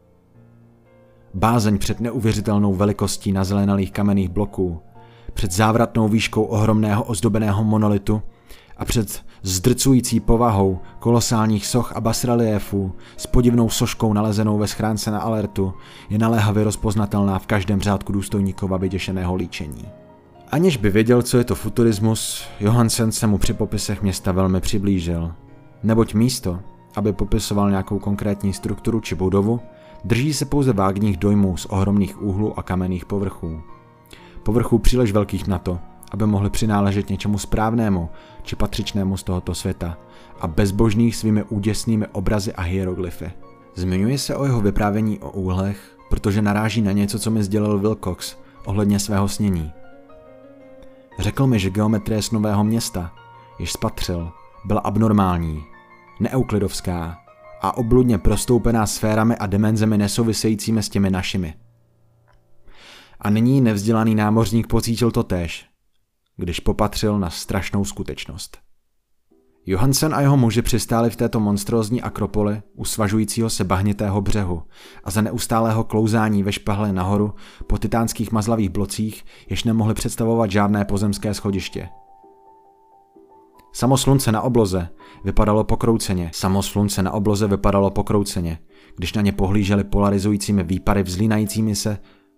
Bázeň před neuvěřitelnou velikostí nazelenalých kamenných bloků, před závratnou výškou ohromného ozdobeného monolitu a před zdrcující povahou kolosálních soch a basreliéfů s podivnou soškou nalezenou ve schránce na alertu je naléhavě rozpoznatelná v každém řádku důstojníkova vyděšeného líčení. Aniž by věděl, co je to futurismus, Johansen se mu při popisech města velmi přiblížil. Neboť místo, aby popisoval nějakou konkrétní strukturu či budovu, drží se pouze vágních dojmů z ohromných úhlů a kamenných povrchů. Povrchů příliš velkých na to, aby mohli přináležet něčemu správnému či patřičnému z tohoto světa a bezbožných svými úděsnými obrazy a hieroglyfy. Zmiňuje se o jeho vyprávění o úhlech, protože naráží na něco, co mi sdělil Wilcox ohledně svého snění. Řekl mi, že geometrie snového města, jež spatřil, byla abnormální, neuklidovská a obludně prostoupená sférami a dimenzemi nesouvisejícími s těmi našimi. A nyní nevzdělaný námořník pocítil totéž, když popatřil na strašnou skutečnost. Johansen a jeho muži přistáli v této monstrózní akropoli u svažujícího se bahnitého břehu a za neustálého klouzání ve špahle nahoru po titánských mazlavých blocích, jež nemohli představovat žádné pozemské schodiště. Samo slunce na obloze vypadalo pokrouceně, samo slunce na obloze vypadalo pokrouceně, když na ně pohlíželi polarizujícími výpary vzlínajícími se.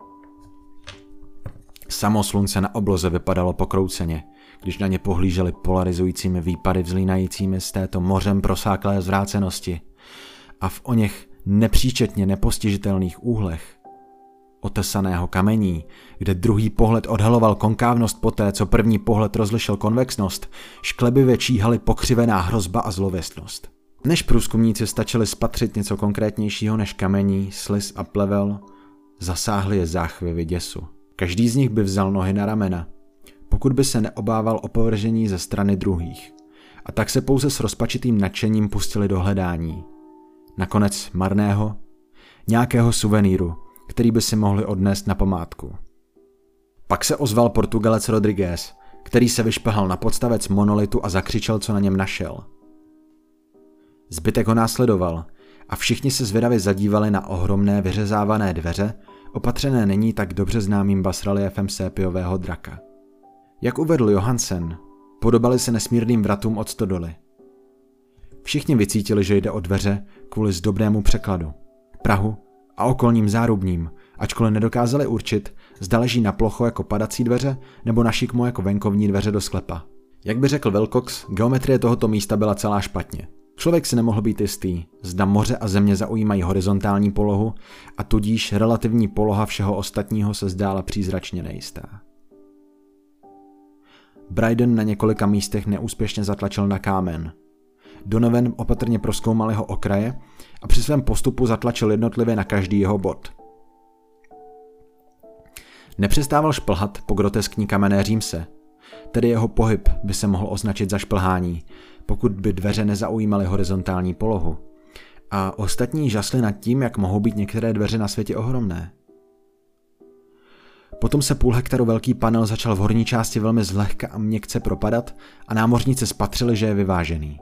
Samo slunce na obloze vypadalo pokrouceně, když na ně pohlíželi polarizujícími výpary vzlínajícími z této mořem prosáklé zvrácenosti a v oněch nepříčetně nepostižitelných úhlech otesaného kamení, kde druhý pohled odhaloval konkávnost poté, co první pohled rozlišil konvexnost, šklebivě číhaly pokřivená hrozba a zlověstnost. Než průzkumníci stačili spatřit něco konkrétnějšího než kamení, sliz a plevel, zasáhli je záchvěvy děsu. Každý z nich by vzal nohy na ramena, pokud by se neobával opovržení ze strany druhých, a tak se pouze s rozpačitým nadšením pustili do hledání. Nakonec marného, nějakého suvenýru, který by si mohli odnést na památku. Pak se ozval Portugalec Rodriguez, který se vyšplhal na podstavec monolitu a zakřičel, co na něm našel. Zbytek ho následoval a všichni se zvědavě zadívali na ohromné vyřezávané dveře, opatřené nyní tak dobře známým basreliéfem sépiového draka. Jak uvedl Johansen, podobaly se nesmírným vratům od stodoly. Všichni vycítili, že jde o dveře kvůli zdobnému překladu, prahu a okolním zárubním, ačkoliv nedokázali určit, zda leží na plocho jako padací dveře nebo na šikmo jako venkovní dveře do sklepa. Jak by řekl Wilcox, geometrie tohoto místa byla celá špatně. Člověk si nemohl být jistý, zda moře a země zaujímají horizontální polohu a tudíž relativní poloha všeho ostatního se zdála přízračně nejistá. Bryden na několika místech neúspěšně zatlačil na kámen. Donovan opatrně prozkoumal jeho okraje a při svém postupu zatlačil jednotlivě na každý jeho bod. Nepřestával šplhat po groteskní kamenné římse, tedy jeho pohyb by se mohl označit za šplhání, pokud by dveře nezaujímaly horizontální polohu. A ostatní žasli nad tím, jak mohou být některé dveře na světě ohromné. Potom se půl hektaru velký panel začal v horní části velmi zlehka a měkce propadat a námořníci spatřili, že je vyvážený.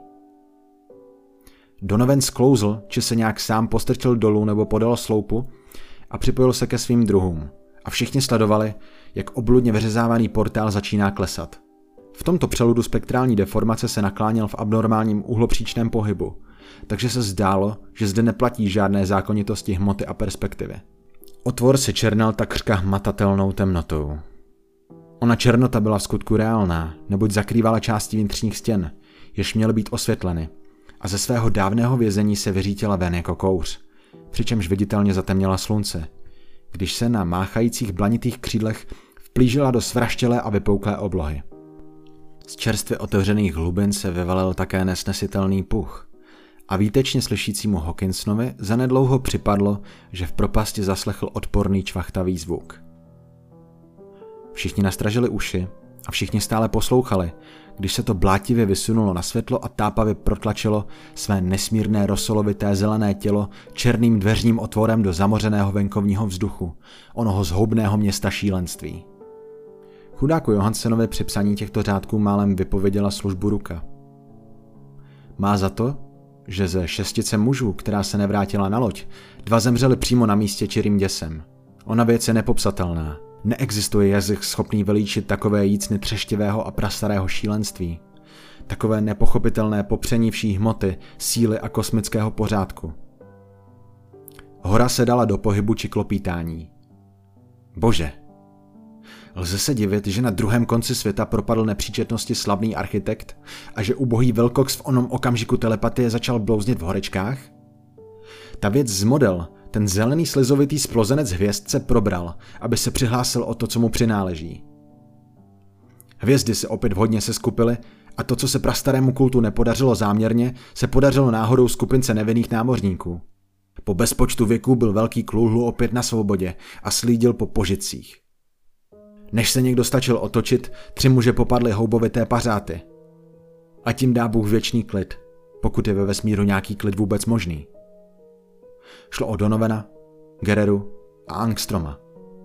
Donovan sklouzl, či se nějak sám postrčil dolů nebo podal sloupu a připojil se ke svým druhům. A všichni sledovali, jak obludně vyřezávaný portál začíná klesat. V tomto přeludu spektrální deformace se nakláněl v abnormálním uhlopříčném pohybu, takže se zdálo, že zde neplatí žádné zákonitosti hmoty a perspektivy. Otvor se černal takřka hmatatelnou temnotou. Ona černota byla v skutku reálná, neboť zakrývala části vnitřních stěn, jež měly být osvětleny, a ze svého dávného vězení se vyřítila ven jako kouř, přičemž viditelně zatemněla slunce, když se na máchajících blanitých křídlech vplížila do svraštělé a vypouklé oblohy. Z čerstvě otevřených hlubin se vyvalil také nesnesitelný puch a výtečně slyšícímu Hawkinsonovi zanedlouho připadlo, že v propasti zaslechl odporný čvachtavý zvuk. Všichni nastražili uši a všichni stále poslouchali, když se to blátivě vysunulo na světlo a tápavě protlačilo své nesmírné rosolovité zelené tělo černým dveřním otvorem do zamořeného venkovního vzduchu, onoho zhoubného města šílenství. Chudáku Johanssonovi při psaní těchto řádků málem vypověděla službu ruka. Má za to, že ze šestice mužů, která se nevrátila na loď, dva zemřeli přímo na místě čirým děsem. Ona věc je nepopsatelná. Neexistuje jazyk schopný vylíčit takové jícny třeštivého a prastarého šílenství. Takové nepochopitelné popření vší hmoty, síly a kosmického pořádku. Hora se dala do pohybu či klopítání. Bože! Lze se divit, že na druhém konci světa propadl nepříčetnosti slavný architekt a že ubohý Wilcox v onom okamžiku telepatie začal blouznit v horečkách? Ta věc z model, ten zelený slizovitý splozenec hvězd se probral, aby se přihlásil o to, co mu přináleží. Hvězdy se opět vhodně seskupily a to, co se prastarému kultu nepodařilo záměrně, se podařilo náhodou skupince nevinných námořníků. Po bezpočtu věků byl velký Klulhu opět na svobodě a slídil po požitcích. Než se někdo stačil otočit, tři muže popadly houbovité pařáty. A tím dá Bůh věčný klid, pokud je ve vesmíru nějaký klid vůbec možný. Šlo o Donovana, Gereru a Angstroma.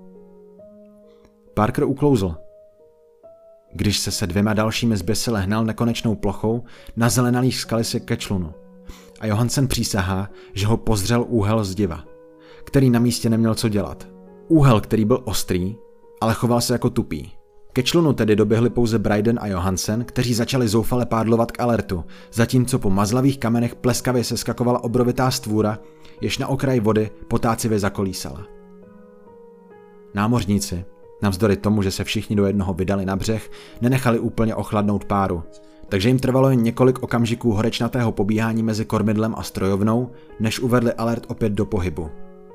Parker uklouzl. Když se se dvěma dalšími zběsile hnal nekonečnou plochou, na zelenalých skalisek ke člunu. A Johansen přísahá, že ho pozřel úhel zdiva, který na místě neměl co dělat. Úhel, který byl ostrý, ale choval se jako tupý. Ke člunu tedy doběhli pouze Bryden a Johansen, kteří začali zoufale pádlovat k alertu, zatímco po mazlavých kamenech pleskavě seskakovala obrovitá stvůra, jež na okraji vody potácivě zakolísala. Námořníci, navzdory tomu, že se všichni do jednoho vydali na břeh, nenechali úplně ochladnout páru, takže jim trvalo jen několik okamžiků horečnatého pobíhání mezi kormidlem a strojovnou, než uvedli alert opět do pohybu.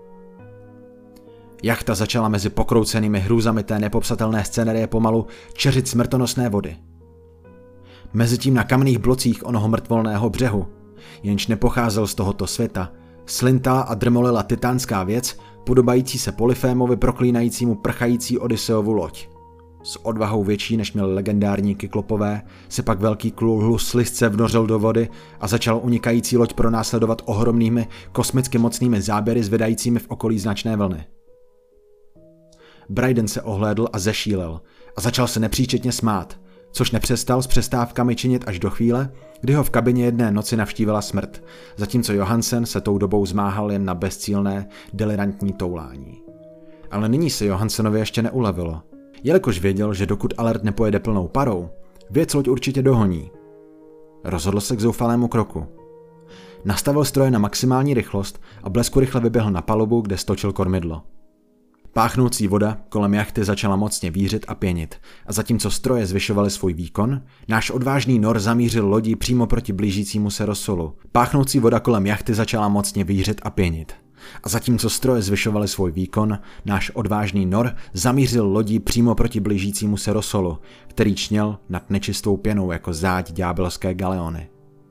Jachta začala mezi pokroucenými hrůzami té nepopsatelné scénerie pomalu čeřit smrtonosné vody. Mezitím na kamenných blocích onoho mrtvolného břehu, jenž nepocházel z tohoto světa, slintala a drmolila titánská věc, podobající se Polyfémovi proklínajícímu prchající Odysseovu loď. S odvahou větší, než měl legendární Kyklopové, se pak velký Klulhu slizce vnořil do vody a začal unikající loď pronásledovat ohromnými, kosmicky mocnými záběry zvedajícími v okolí značné vlny. Bryden se ohlédl a zešílel a začal se nepříčetně smát, což nepřestal s přestávkami činit až do chvíle, kdy ho v kabině jedné noci navštívila smrt, zatímco Johansen se tou dobou zmáhal jen na bezcílné, delirantní toulání. Ale nyní se Johansenovi ještě neulevilo. Jelikož věděl, že dokud alert nepojede plnou parou, Věc loď určitě dohoní. Rozhodl se k zoufalému kroku. Nastavil stroje na maximální rychlost a blesku rychle vyběhl na palubu, kde stočil kormidlo. Páchnoucí voda kolem jachty začala mocně vířit a pěnit a zatímco stroje zvyšovaly svůj výkon, náš odvážný nor zamířil lodi přímo proti blížícímu se rozsolu. Páchnoucí voda kolem jachty začala mocně vířit a pěnit. A zatímco stroje zvyšovaly svůj výkon, náš odvážný nor zamířil lodi přímo proti blížícímu se rozsolu, který čněl nad nečistou pěnou jako záď ďábelské galeony.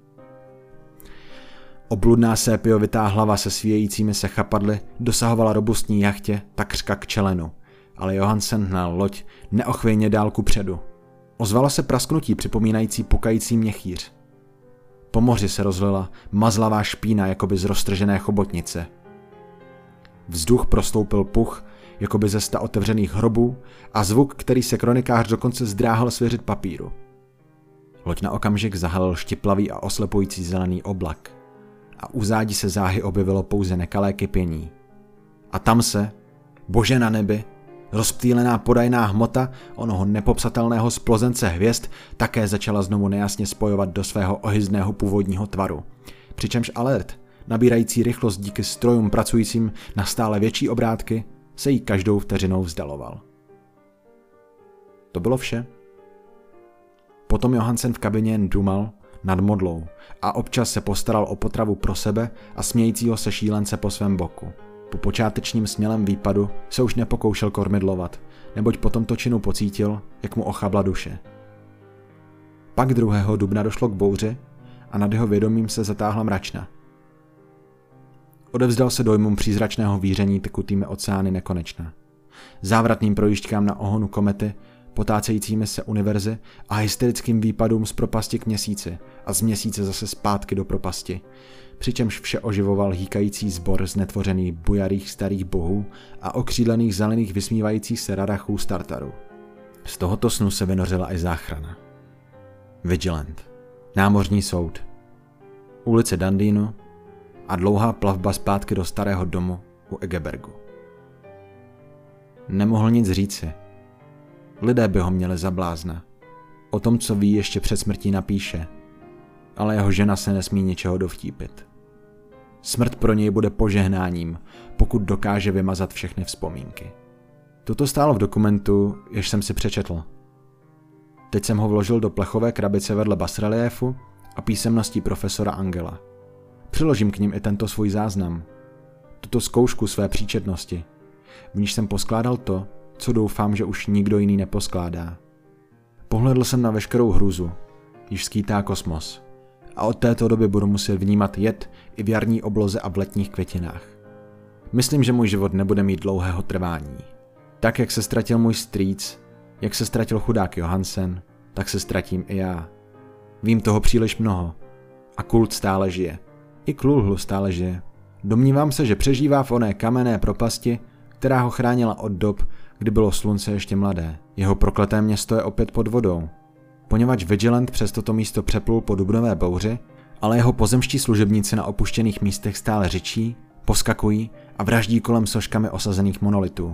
Obludná sépiovitá hlava se svíjejícími se chapadly dosahovala robustní jachtě takřka k čelenu, ale Johansen hnal loď neochvějně dál kupředu. Ozvalo se prasknutí připomínající pukající měchýř. Po moři se rozlila mazlavá špína jakoby z roztržené chobotnice. Vzduch prostoupil puch jakoby ze sta otevřených hrobů a zvuk, který se kronikář dokonce zdráhal svěřit papíru. Loď na okamžik zahalil štiplavý a oslepující zelený oblak. A u zádi se záhy objevilo pouze nekalé kypění. A tam se, bože na nebi, rozptýlená podajná hmota onoho nepopsatelného splozence hvězd také začala znovu nejasně spojovat do svého ohyzného původního tvaru. Přičemž alert, nabírající rychlost díky strojům pracujícím na stále větší obrátky, se jí každou vteřinou vzdaloval. To bylo vše. Potom Johansen v kabině jen dumal nad modlou a občas se postaral o potravu pro sebe a smějícího se šílence po svém boku. Po počátečním smělém výpadu se už nepokoušel kormidlovat, neboť po tomto činu pocítil, jak mu ochabla duše. Pak druhého dubna došlo k bouři a nad jeho vědomím se zatáhla mračna. Odevzdal se dojmům přízračného víření tekutými oceány nekonečna, závratným projížďkám na ohonu komety, potácejícími se univerzy a hysterickým výpadům z propasti k měsíci a z měsíce zase zpátky do propasti, přičemž vše oživoval hýkající sbor z netvořených bujarých starých bohů a okřídlených zelených vysmívajících se radachů z Tartaru. Z tohoto snu se vynořila i záchrana. Vigilant, námořní soud, ulice Dandýnu a dlouhá plavba zpátky do starého domu u Egebergu. Nemohl nic říci. Lidé by ho měli za blázna. O tom, co ví, ještě před smrtí napíše, ale jeho žena se nesmí ničeho dovtípit. Smrt pro něj bude požehnáním, pokud dokáže vymazat všechny vzpomínky. Toto stálo v dokumentu, jež jsem si přečetl. Teď jsem ho vložil do plechové krabice vedle basreliéfu a písemností profesora Angela. Přiložím k nim i tento svůj záznam, tuto zkoušku své příčetnosti, v níž jsem poskládal to, co doufám, že už nikdo jiný neposkládá. Pohledl jsem na veškerou hrůzu, již skýtá kosmos, a od této doby budu muset vnímat jed i v jarní obloze a v letních květinách. Myslím, že můj život nebude mít dlouhého trvání. Tak, jak se ztratil můj strýc, jak se ztratil chudák Johansen, tak se ztratím i já. Vím toho příliš mnoho. A kult stále žije. I Cthulhu stále žije. Domnívám se, že přežívá v oné kamenné propasti, která ho chránila od dob, kdy bylo slunce ještě mladé. Jeho prokleté město je opět pod vodou. Poněvadž Vigilant přes toto místo přeplul po dubnové bouři, ale jeho pozemští služebníci na opuštěných místech stále řičí, poskakují a vraždí kolem soškami osazených monolitů.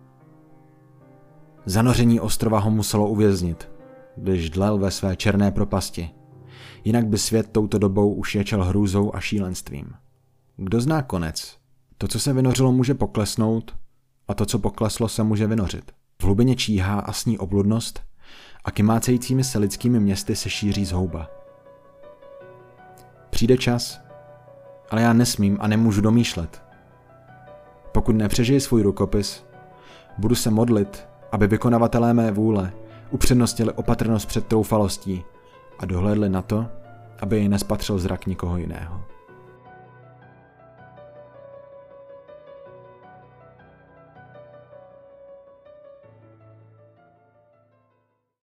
Zanoření ostrova ho muselo uvěznit, když dlel ve své černé propasti. Jinak by svět touto dobou už ječel hrůzou a šílenstvím. Kdo zná konec? To, co se vynořilo, může poklesnout a to, co pokleslo, se může vynořit. V hlubině číhá a sní obludnost a kymácejícími se lidskými městy se šíří zhouba. Přijde čas, ale já nesmím a nemůžu domýšlet. Pokud nepřežiji svůj rukopis, budu se modlit, aby vykonavatelé mé vůle upřednostnili opatrnost před troufalostí a dohlédli na to, aby jej nespatřil zrak nikoho jiného.